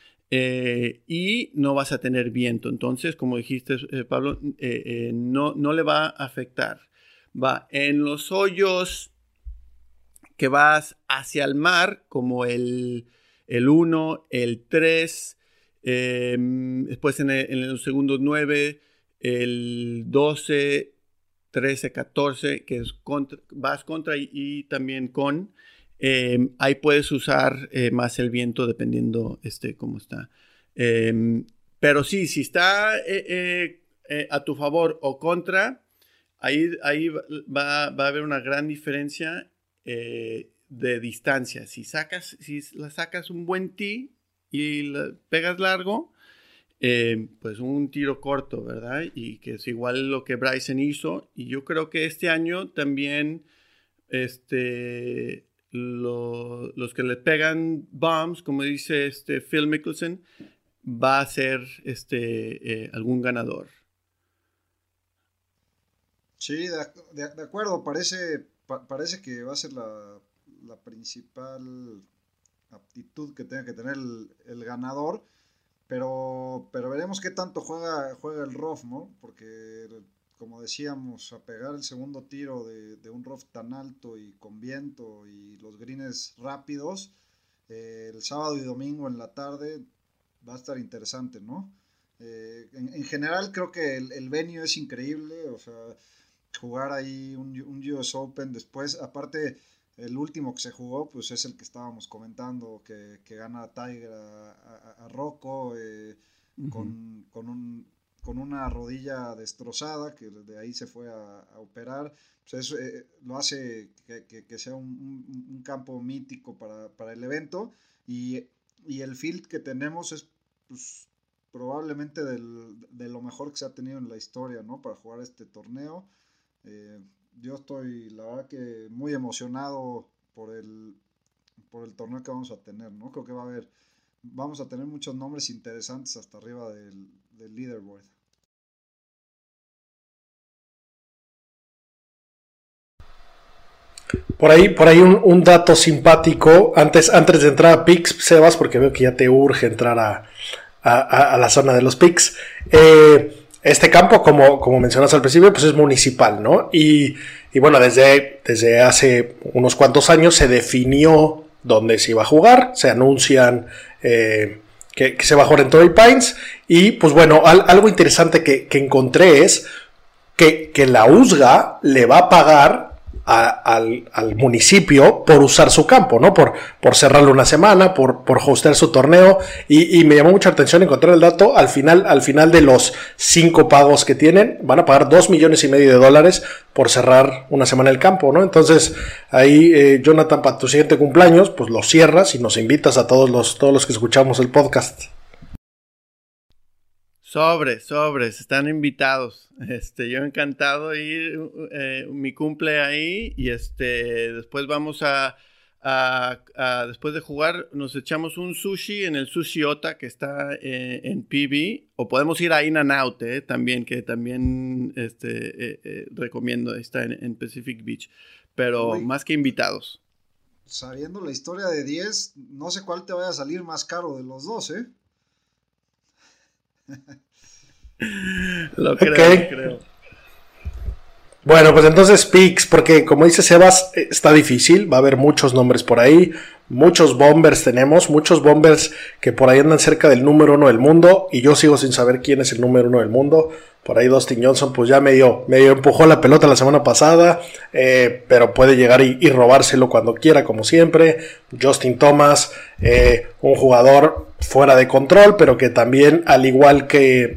y no vas a tener viento. Entonces, como dijiste, Pablo, no le va a afectar. Va en los hoyos que vas hacia el mar, como el 1, el 3, después en los segundos 9, el 12, 13, 14, que es vas contra y también con. Ahí puedes usar más el viento dependiendo cómo está. Pero sí, si está a tu favor o contra, ahí va a haber una gran diferencia de distancia. Si la sacas un buen tee y la pegas largo, pues un tiro corto, ¿verdad? Y que es igual lo que Bryson hizo. Y yo creo que este año también los que le pegan bombs, como dice Phil Mickelson, va a ser algún ganador. Sí, de acuerdo, parece que va a ser la principal aptitud que tenga que tener el ganador, pero veremos qué tanto juega el rough, ¿no? Porque, como decíamos, a pegar el segundo tiro de un rough tan alto y con viento y los greens rápidos, el sábado y domingo en la tarde va a estar interesante, ¿no? En general creo que el venue es increíble, o sea, jugar ahí un US Open después, aparte el último que se jugó pues es el que estábamos comentando, que gana Tiger a Rocco, con una rodilla destrozada, que de ahí se fue a operar. Pues eso lo hace que sea un campo mítico para el evento, y el field que tenemos es pues, probablemente de lo mejor que se ha tenido en la historia, ¿no? Para jugar este torneo. Yo estoy, la verdad, que muy emocionado por el torneo que vamos a tener, ¿no? Creo que vamos a tener muchos nombres interesantes hasta arriba del leaderboard. Por ahí un dato simpático antes de entrar a picks, Sebas, porque veo que ya te urge entrar a la zona de los picks. Este campo, como mencionas al principio, pues es municipal, ¿no? Y bueno, desde hace unos cuantos años se definió dónde se iba a jugar, se anuncian que se va a jugar en Torrey Pines, y pues bueno, algo interesante que encontré es que la USGA le va a pagar al municipio por usar su campo, ¿no? Por cerrarlo una semana, por hostear su torneo, y me llamó mucha atención encontrar el dato. Al final de los 5 pagos que tienen, van a pagar $2.5 millones por cerrar una semana el campo, ¿no? Entonces, ahí, Jonathan, para tu siguiente cumpleaños, pues lo cierras y nos invitas a todos los que escuchamos el podcast. Sobres, están invitados. Yo encantado de ir mi cumple ahí, y después vamos después de jugar nos echamos un sushi en el Sushi Ota, que está en PB, o podemos ir a In-N-Out también, que también recomiendo, está en Pacific Beach, pero Uy, más que invitados. sabiendo la historia de 10, no sé cuál te vaya a salir más caro de los dos, ¿eh? Lo creo. Bueno, pues entonces picks, porque como dice Sebas, está difícil, va a haber muchos nombres por ahí, muchos bombers tenemos, muchos bombers que por ahí andan cerca del número 1 del mundo, y yo sigo sin saber quién es el número 1 del mundo. Por ahí Dustin Johnson pues ya medio empujó la pelota la semana pasada, pero puede llegar y robárselo cuando quiera, como siempre. Justin Thomas, un jugador fuera de control, pero que también, al igual que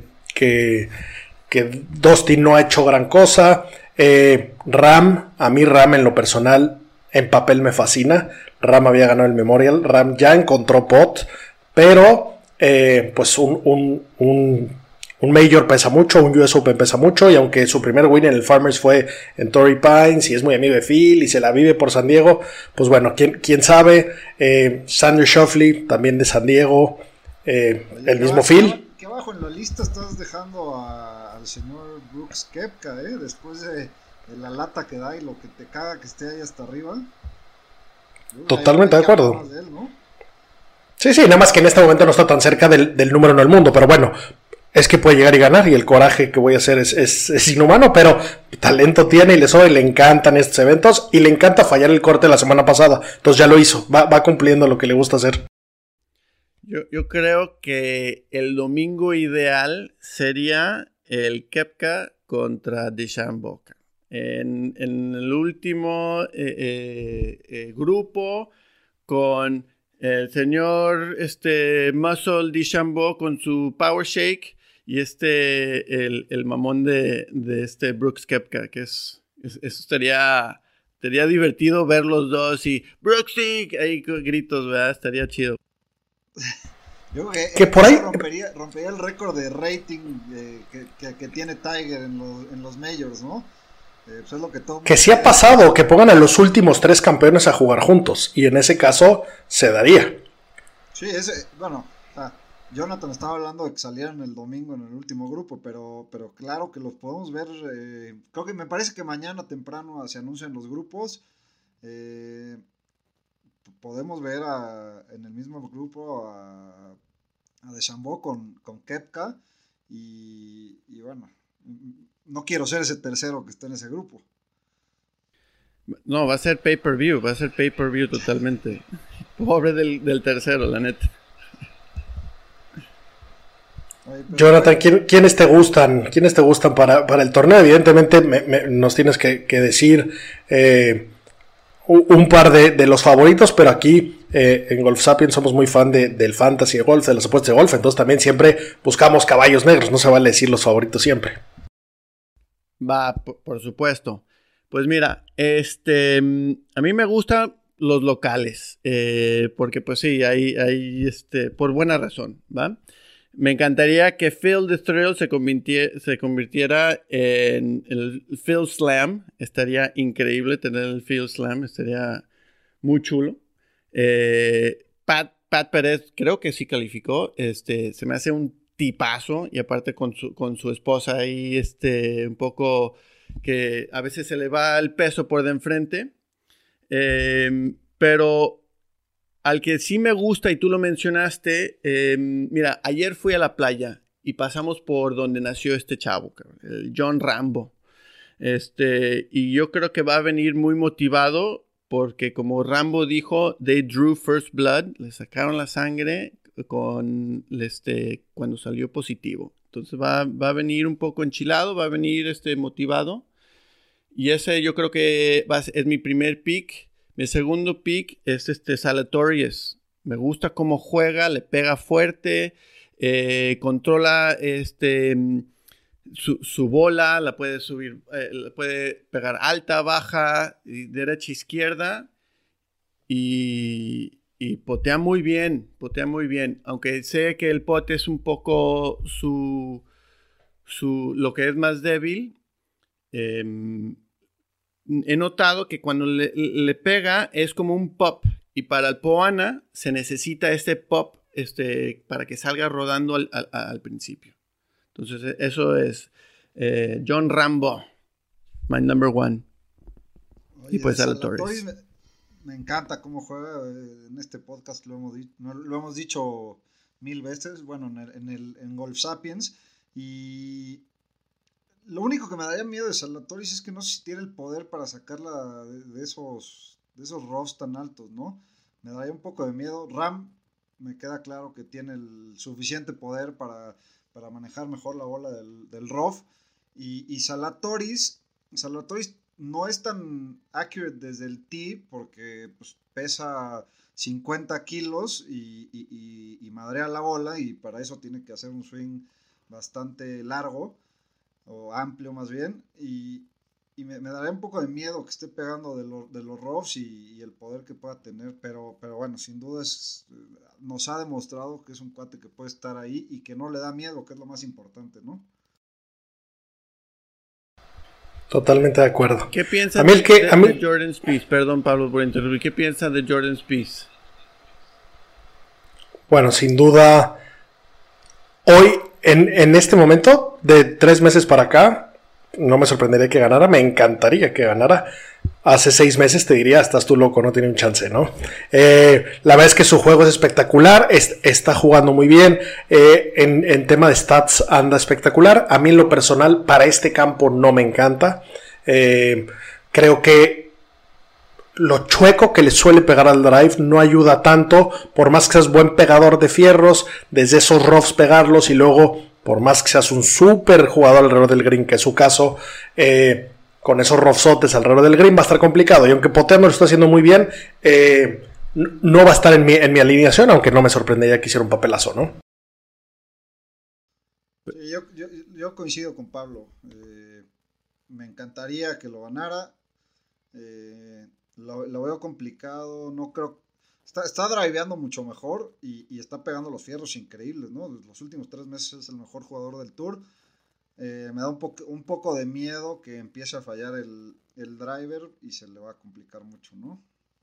Dustin, no ha hecho gran cosa. A mí Ram en lo personal, en papel me fascina. Ram había ganado el Memorial, Ram ya encontró pot, pero pues un un Major pesa mucho, un US Open pesa mucho, y aunque su primer win en el Farmers fue en Torrey Pines y es muy amigo de Phil y se la vive por San Diego, pues bueno, quién sabe. Xander Schauffele, también de San Diego, Oye, el mismo Phil. Que abajo en la lista estás dejando al señor Brooks Koepka, después de la lata que da y lo que te caga que esté ahí hasta arriba. Totalmente de acuerdo. De él, ¿no? Sí, nada más que en este momento no está tan cerca del número uno del mundo, pero bueno, es que puede llegar y ganar, y el coraje que voy a hacer es inhumano, pero talento tiene y le sobra y le encantan estos eventos, y le encanta fallar el corte la semana pasada, entonces ya lo hizo, va cumpliendo lo que le gusta hacer. Yo creo que el domingo ideal sería el Koepka contra DeChambeau. En el último grupo, con el señor Muscle DeChambeau con su Power Shake, y el mamón de Brooks Koepka, que eso estaría divertido ver los dos, y Brooksy ahí con gritos, ¿verdad? Estaría chido. Yo creo que por ahí rompería el récord de rating que tiene Tiger en los majors, ¿no? Pues es lo que sí ha pasado, que pongan a los últimos 3 campeones a jugar juntos, y en ese caso se daría. Sí, Jonathan estaba hablando de que salieran el domingo en el último grupo, pero claro que los podemos ver. Creo que me parece que mañana temprano se anuncian los grupos. Podemos ver en el mismo grupo a DeChambeau con Koepka, y bueno, no quiero ser ese tercero que está en ese grupo. No, va a ser pay-per-view totalmente. Pobre del tercero, la neta. Jonathan, ¿quiénes te gustan? ¿Quiénes te gustan para el torneo? Evidentemente nos tienes que decir un par de los favoritos, pero aquí en Golf Sapiens somos muy fan del fantasy de golf, de las apuestas de golf, entonces también siempre buscamos caballos negros, no se vale decir los favoritos siempre. Va, por supuesto. Pues mira, a mí me gustan los locales, porque pues sí, hay por buena razón, ¿va? Me encantaría que Phil the Thrill se convirtiera en el Phil Slam. Estaría increíble tener el Phil Slam, estaría muy chulo. Pat Pérez creo que sí calificó, se me hace un tipazo, y aparte con su esposa ahí, un poco que a veces se le va el peso por de enfrente, pero al que sí me gusta, y tú lo mencionaste, mira, ayer fui a la playa y pasamos por donde nació este chavo, el John Rambo, y yo creo que va a venir muy motivado, porque como Rambo dijo, they drew first blood, le sacaron la sangre cuando salió positivo. Entonces va a venir un poco enchilado, va a venir motivado. Y ese yo creo que es mi primer pick. Mi segundo pick es Zalatoris. Me gusta cómo juega, le pega fuerte, controla su bola, la puede subir, la puede pegar alta, baja, derecha, izquierda, y potea muy bien, aunque sé que el pot es un poco lo que es más débil. He notado que cuando le pega es como un pop, y para el Poana se necesita este pop para que salga rodando al principio. Entonces eso es John Rambo, my number one. Oye, y pues Zalatoris. Me encanta cómo juega. En este podcast lo hemos dicho 1000 veces, bueno, en Golf Sapiens, y lo único que me daría miedo de Zalatoris es que no sé si tiene el poder para sacarla de esos roughs tan altos, ¿no? Me daría un poco de miedo. Ram, me queda claro que tiene el suficiente poder para manejar mejor la bola del rough. Y Zalatoris no es tan accurate desde el tee, porque pues, pesa 50 kilos y madrea la bola, y para eso tiene que hacer un swing bastante largo, o amplio más bien, me daría un poco de miedo que esté pegando de los roughs y el poder que pueda tener, pero bueno, sin duda nos ha demostrado que es un cuate que puede estar ahí y que no le da miedo, que es lo más importante, ¿no? Totalmente de acuerdo. ¿Qué piensan de mí... Jordan Spieth? Perdón, Pablo, por interrumpir. ¿Qué piensan de Jordan Spieth? Bueno, sin duda, hoy, en este momento, de 3 meses para acá, no me sorprendería que ganara, me encantaría que ganara. Hace 6 meses te diría, estás tú loco, no tiene un chance, ¿no? La verdad es que su juego es espectacular, está jugando muy bien, en tema de stats anda espectacular. A mí en lo personal, para este campo no me encanta. Creo que lo chueco que le suele pegar al drive no ayuda tanto, por más que seas buen pegador de fierros, desde esos roughs pegarlos y luego, por más que seas un súper jugador alrededor del green, que es su caso, con esos roughsotes alrededor del green va a estar complicado. Y aunque Potter no lo está haciendo muy bien, no va a estar en mi alineación, aunque no me sorprendería que hiciera un papelazo, ¿no? Sí, yo coincido con Pablo. Me encantaría que lo ganara. Lo veo complicado. No creo. Está driveando mucho mejor y está pegando los fierros increíbles, ¿no? Los últimos 3 meses es el mejor jugador del Tour. Me da un poco de miedo que empiece a fallar el driver y se le va a complicar mucho, ¿no?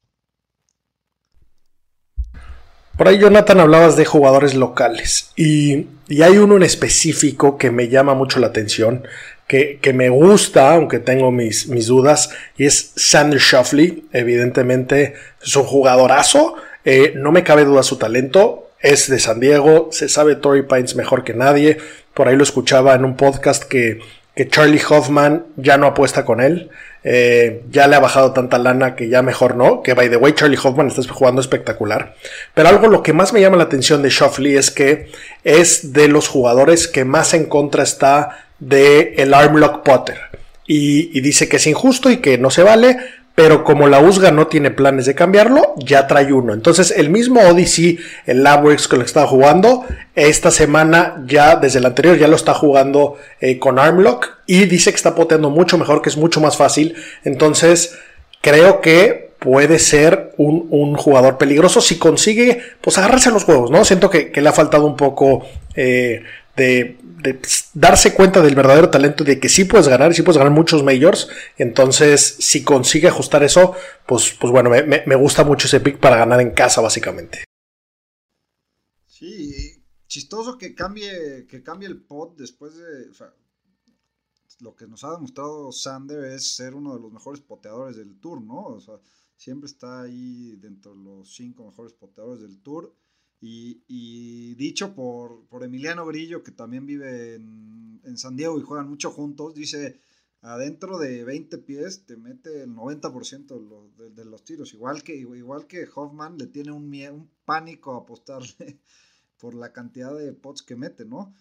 Por ahí, Jonathan, hablabas de jugadores locales y hay uno en específico que me llama mucho la atención, que me gusta, aunque tengo mis dudas, y es Xander Schauffele. Evidentemente es un jugadorazo, no me cabe duda su talento, es de San Diego, se sabe Torrey Pines mejor que nadie. Por ahí lo escuchaba en un podcast que Charlie Hoffman ya no apuesta con él, ya le ha bajado tanta lana que ya mejor no, que by the way Charlie Hoffman está jugando espectacular. Pero algo lo que más me llama la atención de Schauffele es que es de los jugadores que más en contra está de el arm lock putter, y dice que es injusto y que no se vale, pero como la USGA no tiene planes de cambiarlo, ya trae uno. Entonces el mismo Odyssey, el Labworks con el que estaba jugando, esta semana ya, desde el anterior, ya lo está jugando con Armlock, y dice que está poteando mucho mejor, que es mucho más fácil. Entonces creo que puede ser un jugador peligroso si consigue pues agarrarse a los huevos, ¿no? Siento que le ha faltado un poco de darse cuenta del verdadero talento, de que sí puedes ganar muchos majors. Entonces si consigue ajustar eso, pues bueno, me gusta mucho ese pick para ganar en casa, básicamente. Sí, chistoso que cambie el pot después de, o sea, lo que nos ha demostrado Xander es ser uno de los mejores poteadores del Tour, ¿no? O sea, siempre está ahí dentro de los 5 mejores poteadores del Tour. Y dicho por Emiliano Grillo, que también vive en San Diego y juegan mucho juntos, dice, adentro de 20 pies te mete el 90% de los tiros. Igual que Hoffman le tiene un pánico a apostarle por la cantidad de pots que mete, ¿no?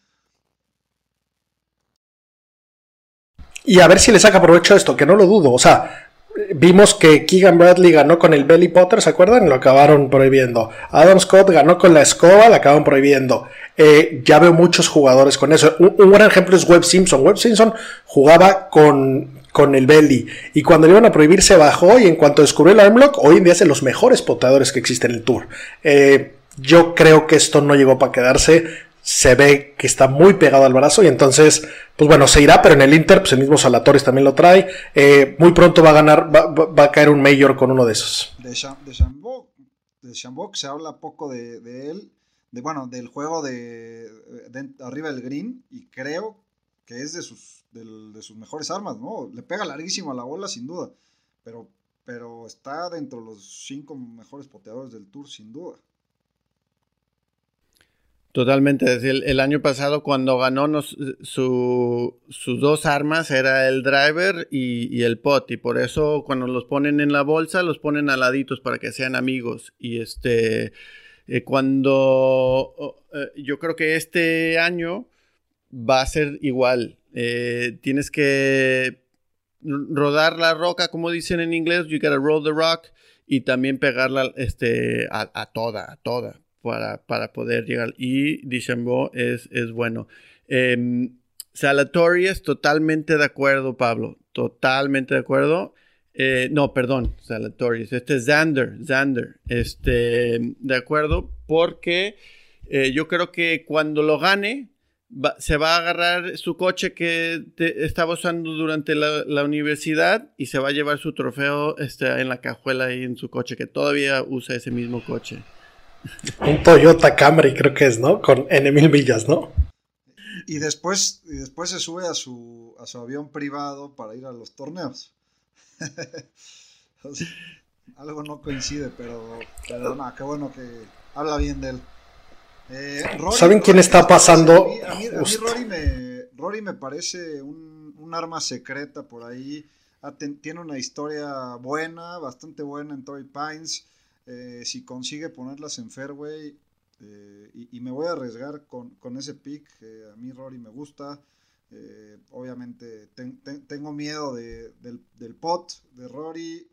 Y a ver si le saca provecho a esto, que no lo dudo. O sea, vimos que Keegan Bradley ganó con el Belly Potter, ¿se acuerdan? Lo acabaron prohibiendo. Adam Scott ganó con la escoba, la acaban prohibiendo. Ya veo muchos jugadores con eso. Un gran ejemplo es Webb Simpson. Webb Simpson jugaba con el Belly, y cuando le iban a prohibir se bajó, y en cuanto descubrió el armlock, hoy en día es de los mejores poteadores que existen en el Tour. Yo creo que esto no llegó para quedarse. Se ve que está muy pegado al brazo, y entonces, pues bueno, se irá, pero en el Inter, pues el mismo Salatoris también lo trae. Muy pronto va a ganar, va a caer un Major con uno de esos. De Chambok se habla poco de él, del juego de arriba del green, y creo que es de sus mejores armas, ¿no? Le pega larguísimo a la bola, sin duda, pero está dentro de los 5 mejores poteadores del Tour, sin duda. Totalmente. El año pasado, cuando ganó, sus 2 armas era el driver y el pot, y por eso cuando los ponen en la bolsa los ponen aladitos para que sean amigos. Y yo creo que este año va a ser igual. Tienes que rodar la roca, como dicen en inglés, you gotta roll the rock, y también pegarla a toda. Para poder llegar. Y DeChambeau es bueno. Salatoris, totalmente de acuerdo, Pablo. Totalmente de acuerdo. No, perdón, Zalatoris. Este es Xander. De acuerdo, porque yo creo que cuando lo gane, se va a agarrar su coche que estaba usando durante la universidad y se va a llevar su trofeo en la cajuela ahí en su coche, que todavía usa ese mismo coche. Un Toyota Camry creo que es, ¿no? Con N,000 millas, ¿no? Y después se sube a su avión privado para ir a los torneos. O sea, algo no coincide, pero no, qué bueno que habla bien de él. ¿Saben quién está pasando? A mí Rory me parece un arma secreta por ahí. Tiene una historia buena, bastante buena en Torrey Pines. Si consigue ponerlas en fairway, y me voy a arriesgar con ese pick. A mí Rory me gusta. Obviamente tengo miedo del pot de Rory,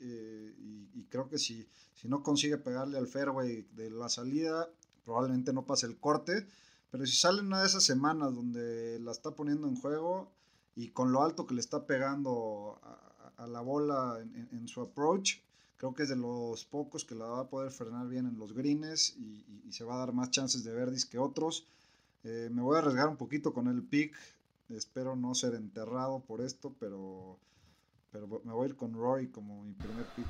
y creo que si no consigue pegarle al fairway de la salida, probablemente no pase el corte, pero si sale una de esas semanas donde la está poniendo en juego y con lo alto que le está pegando a la bola en su approach, creo que es de los pocos que la va a poder frenar bien en los greens y se va a dar más chances de birdies que otros. Me voy a arriesgar un poquito con el pick. Espero no ser enterrado por esto, pero me voy a ir con Rory como mi primer pick.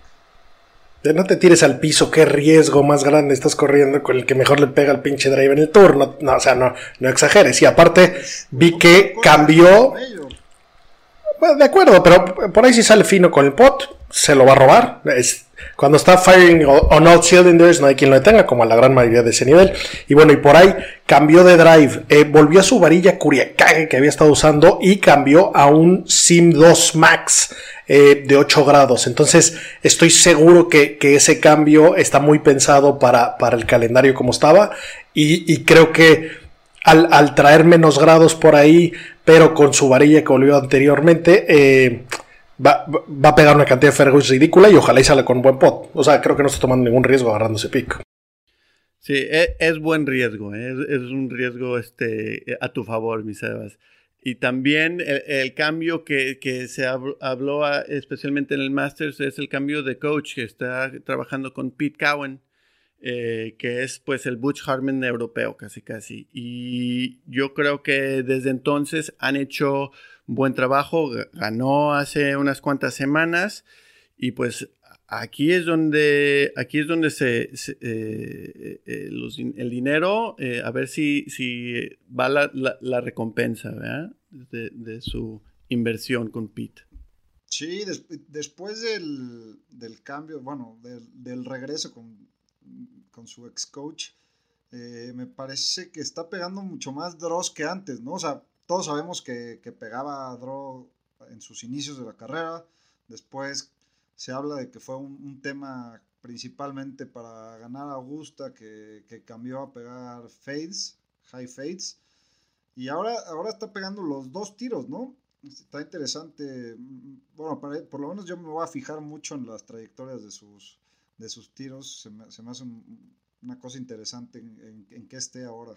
No te tires al piso, qué riesgo más grande estás corriendo con el que mejor le pega al pinche drive en el tour. No, o sea, no exageres. Y aparte, vi que cambió. Bueno, de acuerdo, pero por ahí si sale fino con el pot, se lo va a robar. Cuando está firing on all cylinders, no hay quien lo detenga, como a la gran mayoría de ese nivel. Y bueno, y por ahí cambió de drive, volvió a su varilla Curiacage que había estado usando y cambió a un Sim 2 Max de 8 grados. Entonces, estoy seguro que ese cambio está muy pensado para el calendario como estaba. Y creo que al traer menos grados por ahí, pero con su varilla que volvió anteriormente, va a pegar una cantidad de fairways ridícula y ojalá y sale con buen pot. O sea, creo que no está tomando ningún riesgo agarrando ese pick. Sí, es buen riesgo, es un riesgo a tu favor, mi Sebas. Y también el cambio que se habló especialmente en el Masters es el cambio de coach que está trabajando con Pete Cowan, que es pues el Butch Harmon europeo casi. Y yo creo que desde entonces han hecho buen trabajo, ganó hace unas cuantas semanas y pues aquí es donde el dinero, a ver si va la recompensa, ¿verdad? De su inversión con Pete. Sí, después del cambio, bueno, del regreso con su ex coach, me parece que está pegando mucho más draws que antes, ¿no? O sea, todos sabemos que pegaba draw en sus inicios de la carrera. Después se habla de que fue un tema principalmente para ganar a Augusta, que cambió a pegar high fades. Y ahora está pegando los dos tiros, ¿no? Está interesante. Bueno, por lo menos yo me voy a fijar mucho en las trayectorias de sus tiros. Se me hace una cosa interesante en que esté ahora.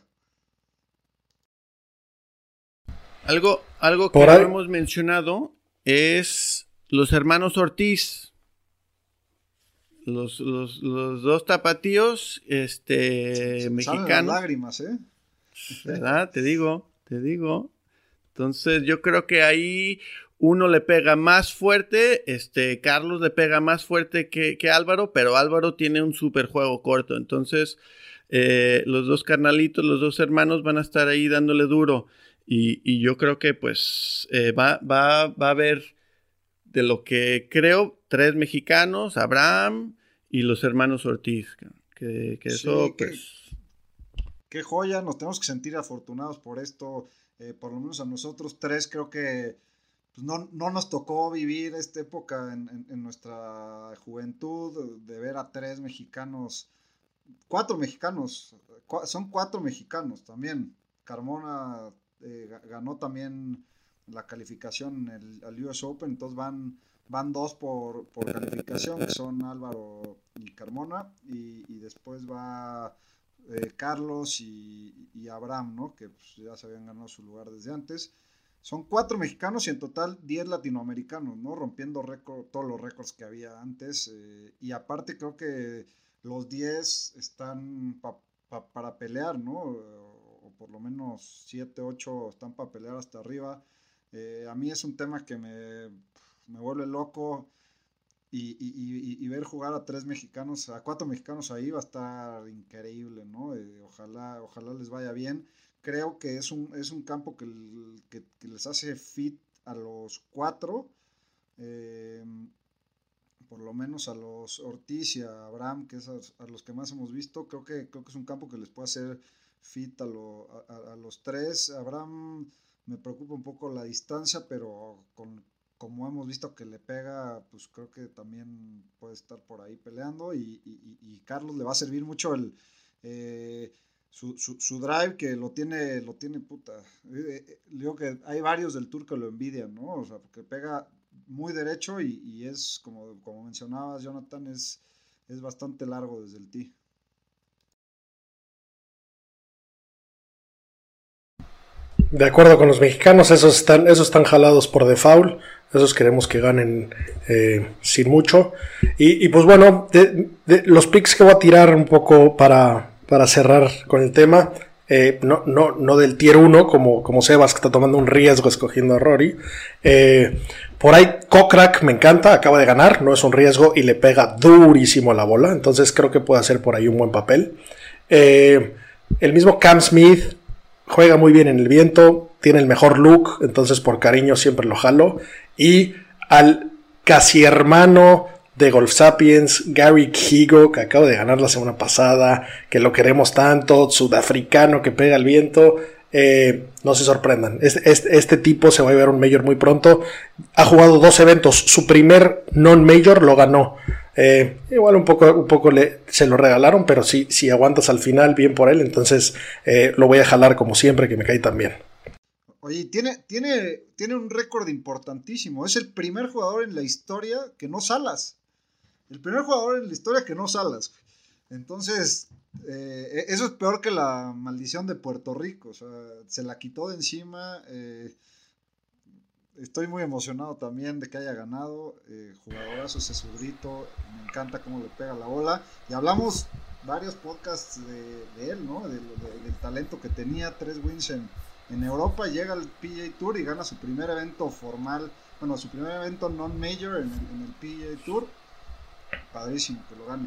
Algo que no hemos mencionado es los hermanos Ortiz. Los dos tapatíos mexicanos. Salen las lágrimas, ¿eh? ¿Verdad? Te digo. Entonces yo creo que ahí uno le pega más fuerte, Carlos le pega más fuerte que Álvaro, pero Álvaro tiene un super juego corto. Entonces los dos carnalitos, los dos hermanos van a estar ahí dándole duro. Y yo creo que pues va a haber, de lo que creo, 3 mexicanos, Abraham y los hermanos Ortiz. Que sí, eso pues... Qué joya, nos tenemos que sentir afortunados por esto. Por lo menos a nosotros 3 creo que pues, no nos tocó vivir esta época en nuestra juventud, de ver a 3 mexicanos, 4 mexicanos, son 4 mexicanos también. Carmona ganó también la calificación al US Open, entonces van 2 por calificación, que son Álvaro y Carmona, y después va Carlos y Abraham, ¿no? Que pues, ya se habían ganado su lugar desde antes. Son 4 mexicanos y en total 10 latinoamericanos, ¿no? Rompiendo todos los récords que había antes. Y aparte creo que los 10 están para pelear, ¿no? O por lo menos 7, 8 están para pelear hasta arriba. A mí es un tema que me vuelve loco. Y ver jugar a 4 mexicanos ahí va a estar increíble, ¿no? Ojalá les vaya bien. Creo que es un campo que les hace fit a los 4, por lo menos a los Ortiz y a Abraham, que es a los que más hemos visto. Creo que es un campo que les puede hacer fit a los 3. Abraham me preocupa un poco la distancia, pero como hemos visto que le pega, pues creo que también puede estar por ahí peleando. Y Carlos le va a servir mucho su drive, que lo tiene puta. Digo que hay varios del Tour que lo envidian, ¿no? O sea, porque pega muy derecho y es, como mencionabas, Jonathan, es bastante largo desde el tee. De acuerdo con los mexicanos, esos están jalados por default. Esos queremos que ganen sin mucho. Y pues bueno, de los picks que voy a tirar un poco para cerrar con el tema, no del tier 1 como Sebas, que está tomando un riesgo escogiendo a Rory. Por ahí Kokrak me encanta, acaba de ganar, no es un riesgo y le pega durísimo a la bola, entonces creo que puede hacer por ahí un buen papel. El mismo Cam Smith juega muy bien en el viento, tiene el mejor look, entonces por cariño siempre lo jalo. Y al casi hermano de Golf Sapiens, Gary Higo, que acaba de ganar la semana pasada, que lo queremos tanto, sudafricano que pega el viento, no se sorprendan. Este tipo se va a ver un major muy pronto. Ha jugado 2 eventos, su primer non-major lo ganó. Igual un poco se lo regalaron, pero si aguantas al final, bien por él. Entonces lo voy a jalar como siempre, que me cae tan bien. Oye, tiene un récord importantísimo. Es el primer jugador en la historia que no salas. El primer jugador en la historia que no salas. Entonces, eso es peor que la maldición de Puerto Rico. O sea, se la quitó de encima. Estoy muy emocionado también de que haya ganado. Jugadorazo ese zurdito. Me encanta cómo le pega la bola. Y hablamos varios podcasts de él, ¿no? Del talento que tenía. 3 wins en Europa. Llega al PGA Tour y gana su primer evento formal. Bueno, su primer evento non-major en el PGA Tour. Padrísimo que lo gane.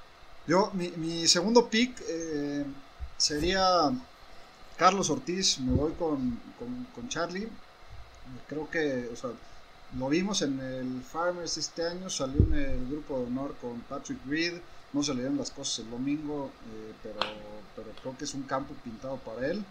Mi segundo pick sería Carlos Ortiz. Me voy con Charlie. Creo que, o sea, lo vimos en el Farmers este año, salió en el grupo de honor con Patrick Reed, no se le dieron las cosas el domingo, pero creo que es un campo pintado para él.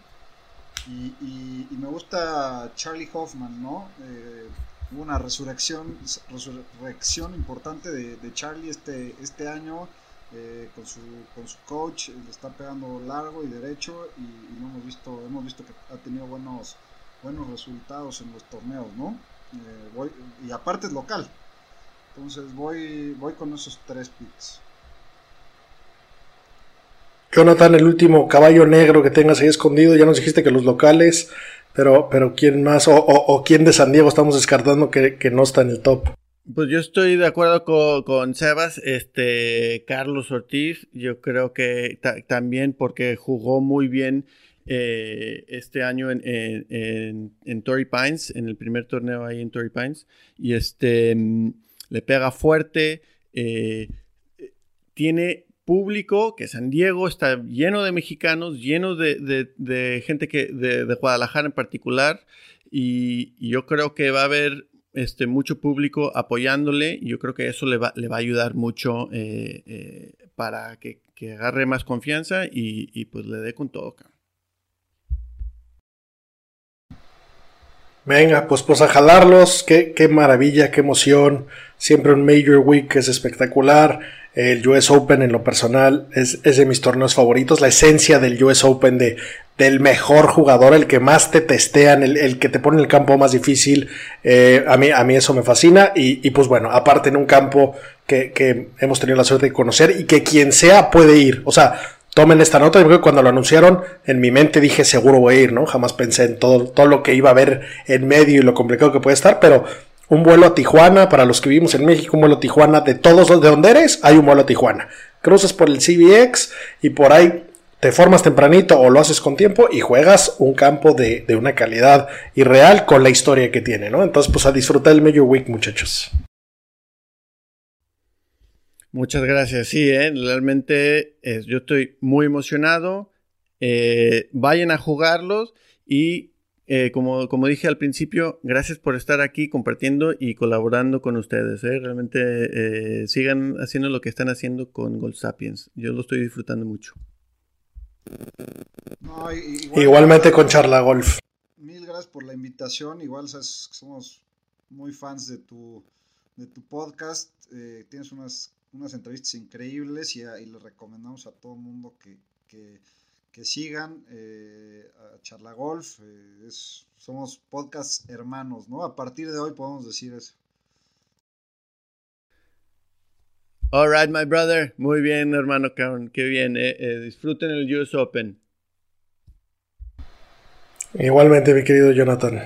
Y me gusta Charlie Hoffman, ¿no? Hubo una resurrección importante de Charlie este año, con su coach, le está pegando largo y derecho, y lo hemos visto que ha tenido buenos resultados en los torneos, ¿no? Y aparte es local. Entonces voy con esos 3 picks. Jonathan, el último caballo negro que tengas ahí escondido. Ya nos dijiste que los locales, pero ¿quién más? O quién de San Diego estamos descartando que no está en el top. Pues yo estoy de acuerdo con Sebas. Carlos Ortiz, yo creo que también porque jugó muy bien este año en Torrey Pines, en el primer torneo ahí en Torrey Pines, y le pega fuerte, tiene público, que San Diego está lleno de mexicanos, lleno de gente de Guadalajara en particular, y yo creo que va a haber mucho público apoyándole, y yo creo que eso le va a ayudar mucho para que agarre más confianza y pues le dé con todo, cabrón. Venga, pues a jalarlos, qué maravilla, qué emoción, siempre un Major Week es espectacular. El US Open en lo personal es de mis torneos favoritos, la esencia del US Open del mejor jugador, el que más te testean, el que te pone en el campo más difícil, a mí eso me fascina, y pues bueno, aparte en un campo que hemos tenido la suerte de conocer y que quien sea puede ir, o sea, tomen esta nota. Yo creo que cuando lo anunciaron, en mi mente dije seguro voy a ir, ¿no? Jamás pensé en todo lo que iba a haber en medio y lo complicado que puede estar, pero un vuelo a Tijuana, para los que vivimos en México, un vuelo a Tijuana, de todos los de donde eres, hay un vuelo a Tijuana. Cruzas por el CBX y por ahí te formas tempranito o lo haces con tiempo y juegas un campo de una calidad irreal con la historia que tiene, ¿no? Entonces, pues a disfrutar el Major Week, muchachos. Muchas gracias. Sí, realmente yo estoy muy emocionado. Vayan a jugarlos y como dije al principio, gracias por estar aquí compartiendo y colaborando con ustedes. Realmente sigan haciendo lo que están haciendo con Gold Sapiens. Yo lo estoy disfrutando mucho. No, igualmente con Charla Golf. Mil gracias por la invitación. Igual sabes que somos muy fans de tu podcast. Tienes unas entrevistas increíbles y les recomendamos a todo el mundo que sigan a Charla Golf. Somos podcast hermanos, ¿no? A partir de hoy podemos decir eso. All right, my brother. Muy bien, hermano Caron. Qué bien. Disfruten el US Open. Igualmente, mi querido Jonathan.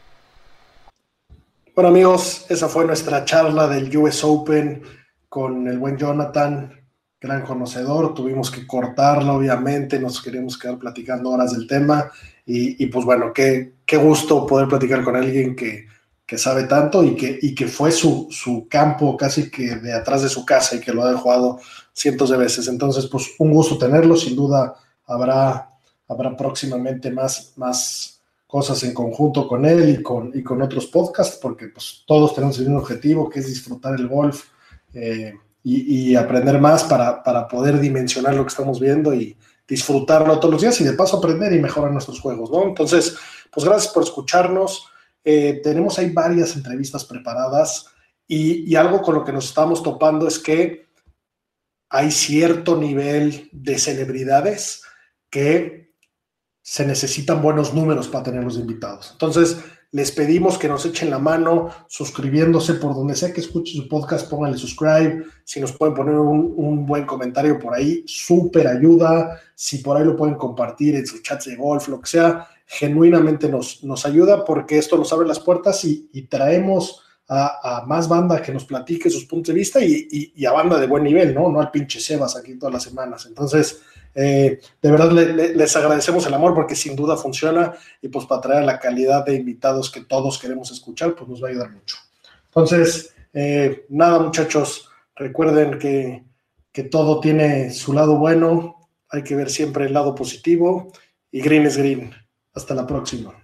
Bueno, amigos, esa fue nuestra charla del US Open con el buen Jonathan, gran conocedor. Tuvimos que cortarlo, obviamente, nos queríamos quedar platicando horas del tema y pues bueno, qué gusto poder platicar con alguien que sabe tanto y que fue su campo casi que de atrás de su casa y que lo ha jugado cientos de veces. Entonces, pues un gusto tenerlo. Sin duda habrá próximamente más cosas en conjunto con él y con otros podcasts, porque pues todos tenemos el mismo objetivo, que es disfrutar el golf y aprender más para poder dimensionar lo que estamos viendo y disfrutarlo todos los días y de paso aprender y mejorar nuestros juegos, ¿no? Entonces, pues gracias por escucharnos. Tenemos ahí varias entrevistas preparadas y algo con lo que nos estamos topando es que hay cierto nivel de celebridades que se necesitan buenos números para tenerlos invitados. Entonces, les pedimos que nos echen la mano suscribiéndose por donde sea que escuchen su podcast, pónganle subscribe. Si nos pueden poner un buen comentario por ahí, súper ayuda. Si por ahí lo pueden compartir en sus chats de golf, lo que sea, genuinamente nos ayuda porque esto nos abre las puertas y traemos a más banda que nos platique sus puntos de vista y a banda de buen nivel, ¿no? No al pinche Sebas aquí todas las semanas. Entonces, de verdad les agradecemos el amor porque sin duda funciona y pues para traer la calidad de invitados que todos queremos escuchar, pues nos va a ayudar mucho. Entonces, nada muchachos, recuerden que todo tiene su lado bueno, hay que ver siempre el lado positivo y green es green. Hasta la próxima.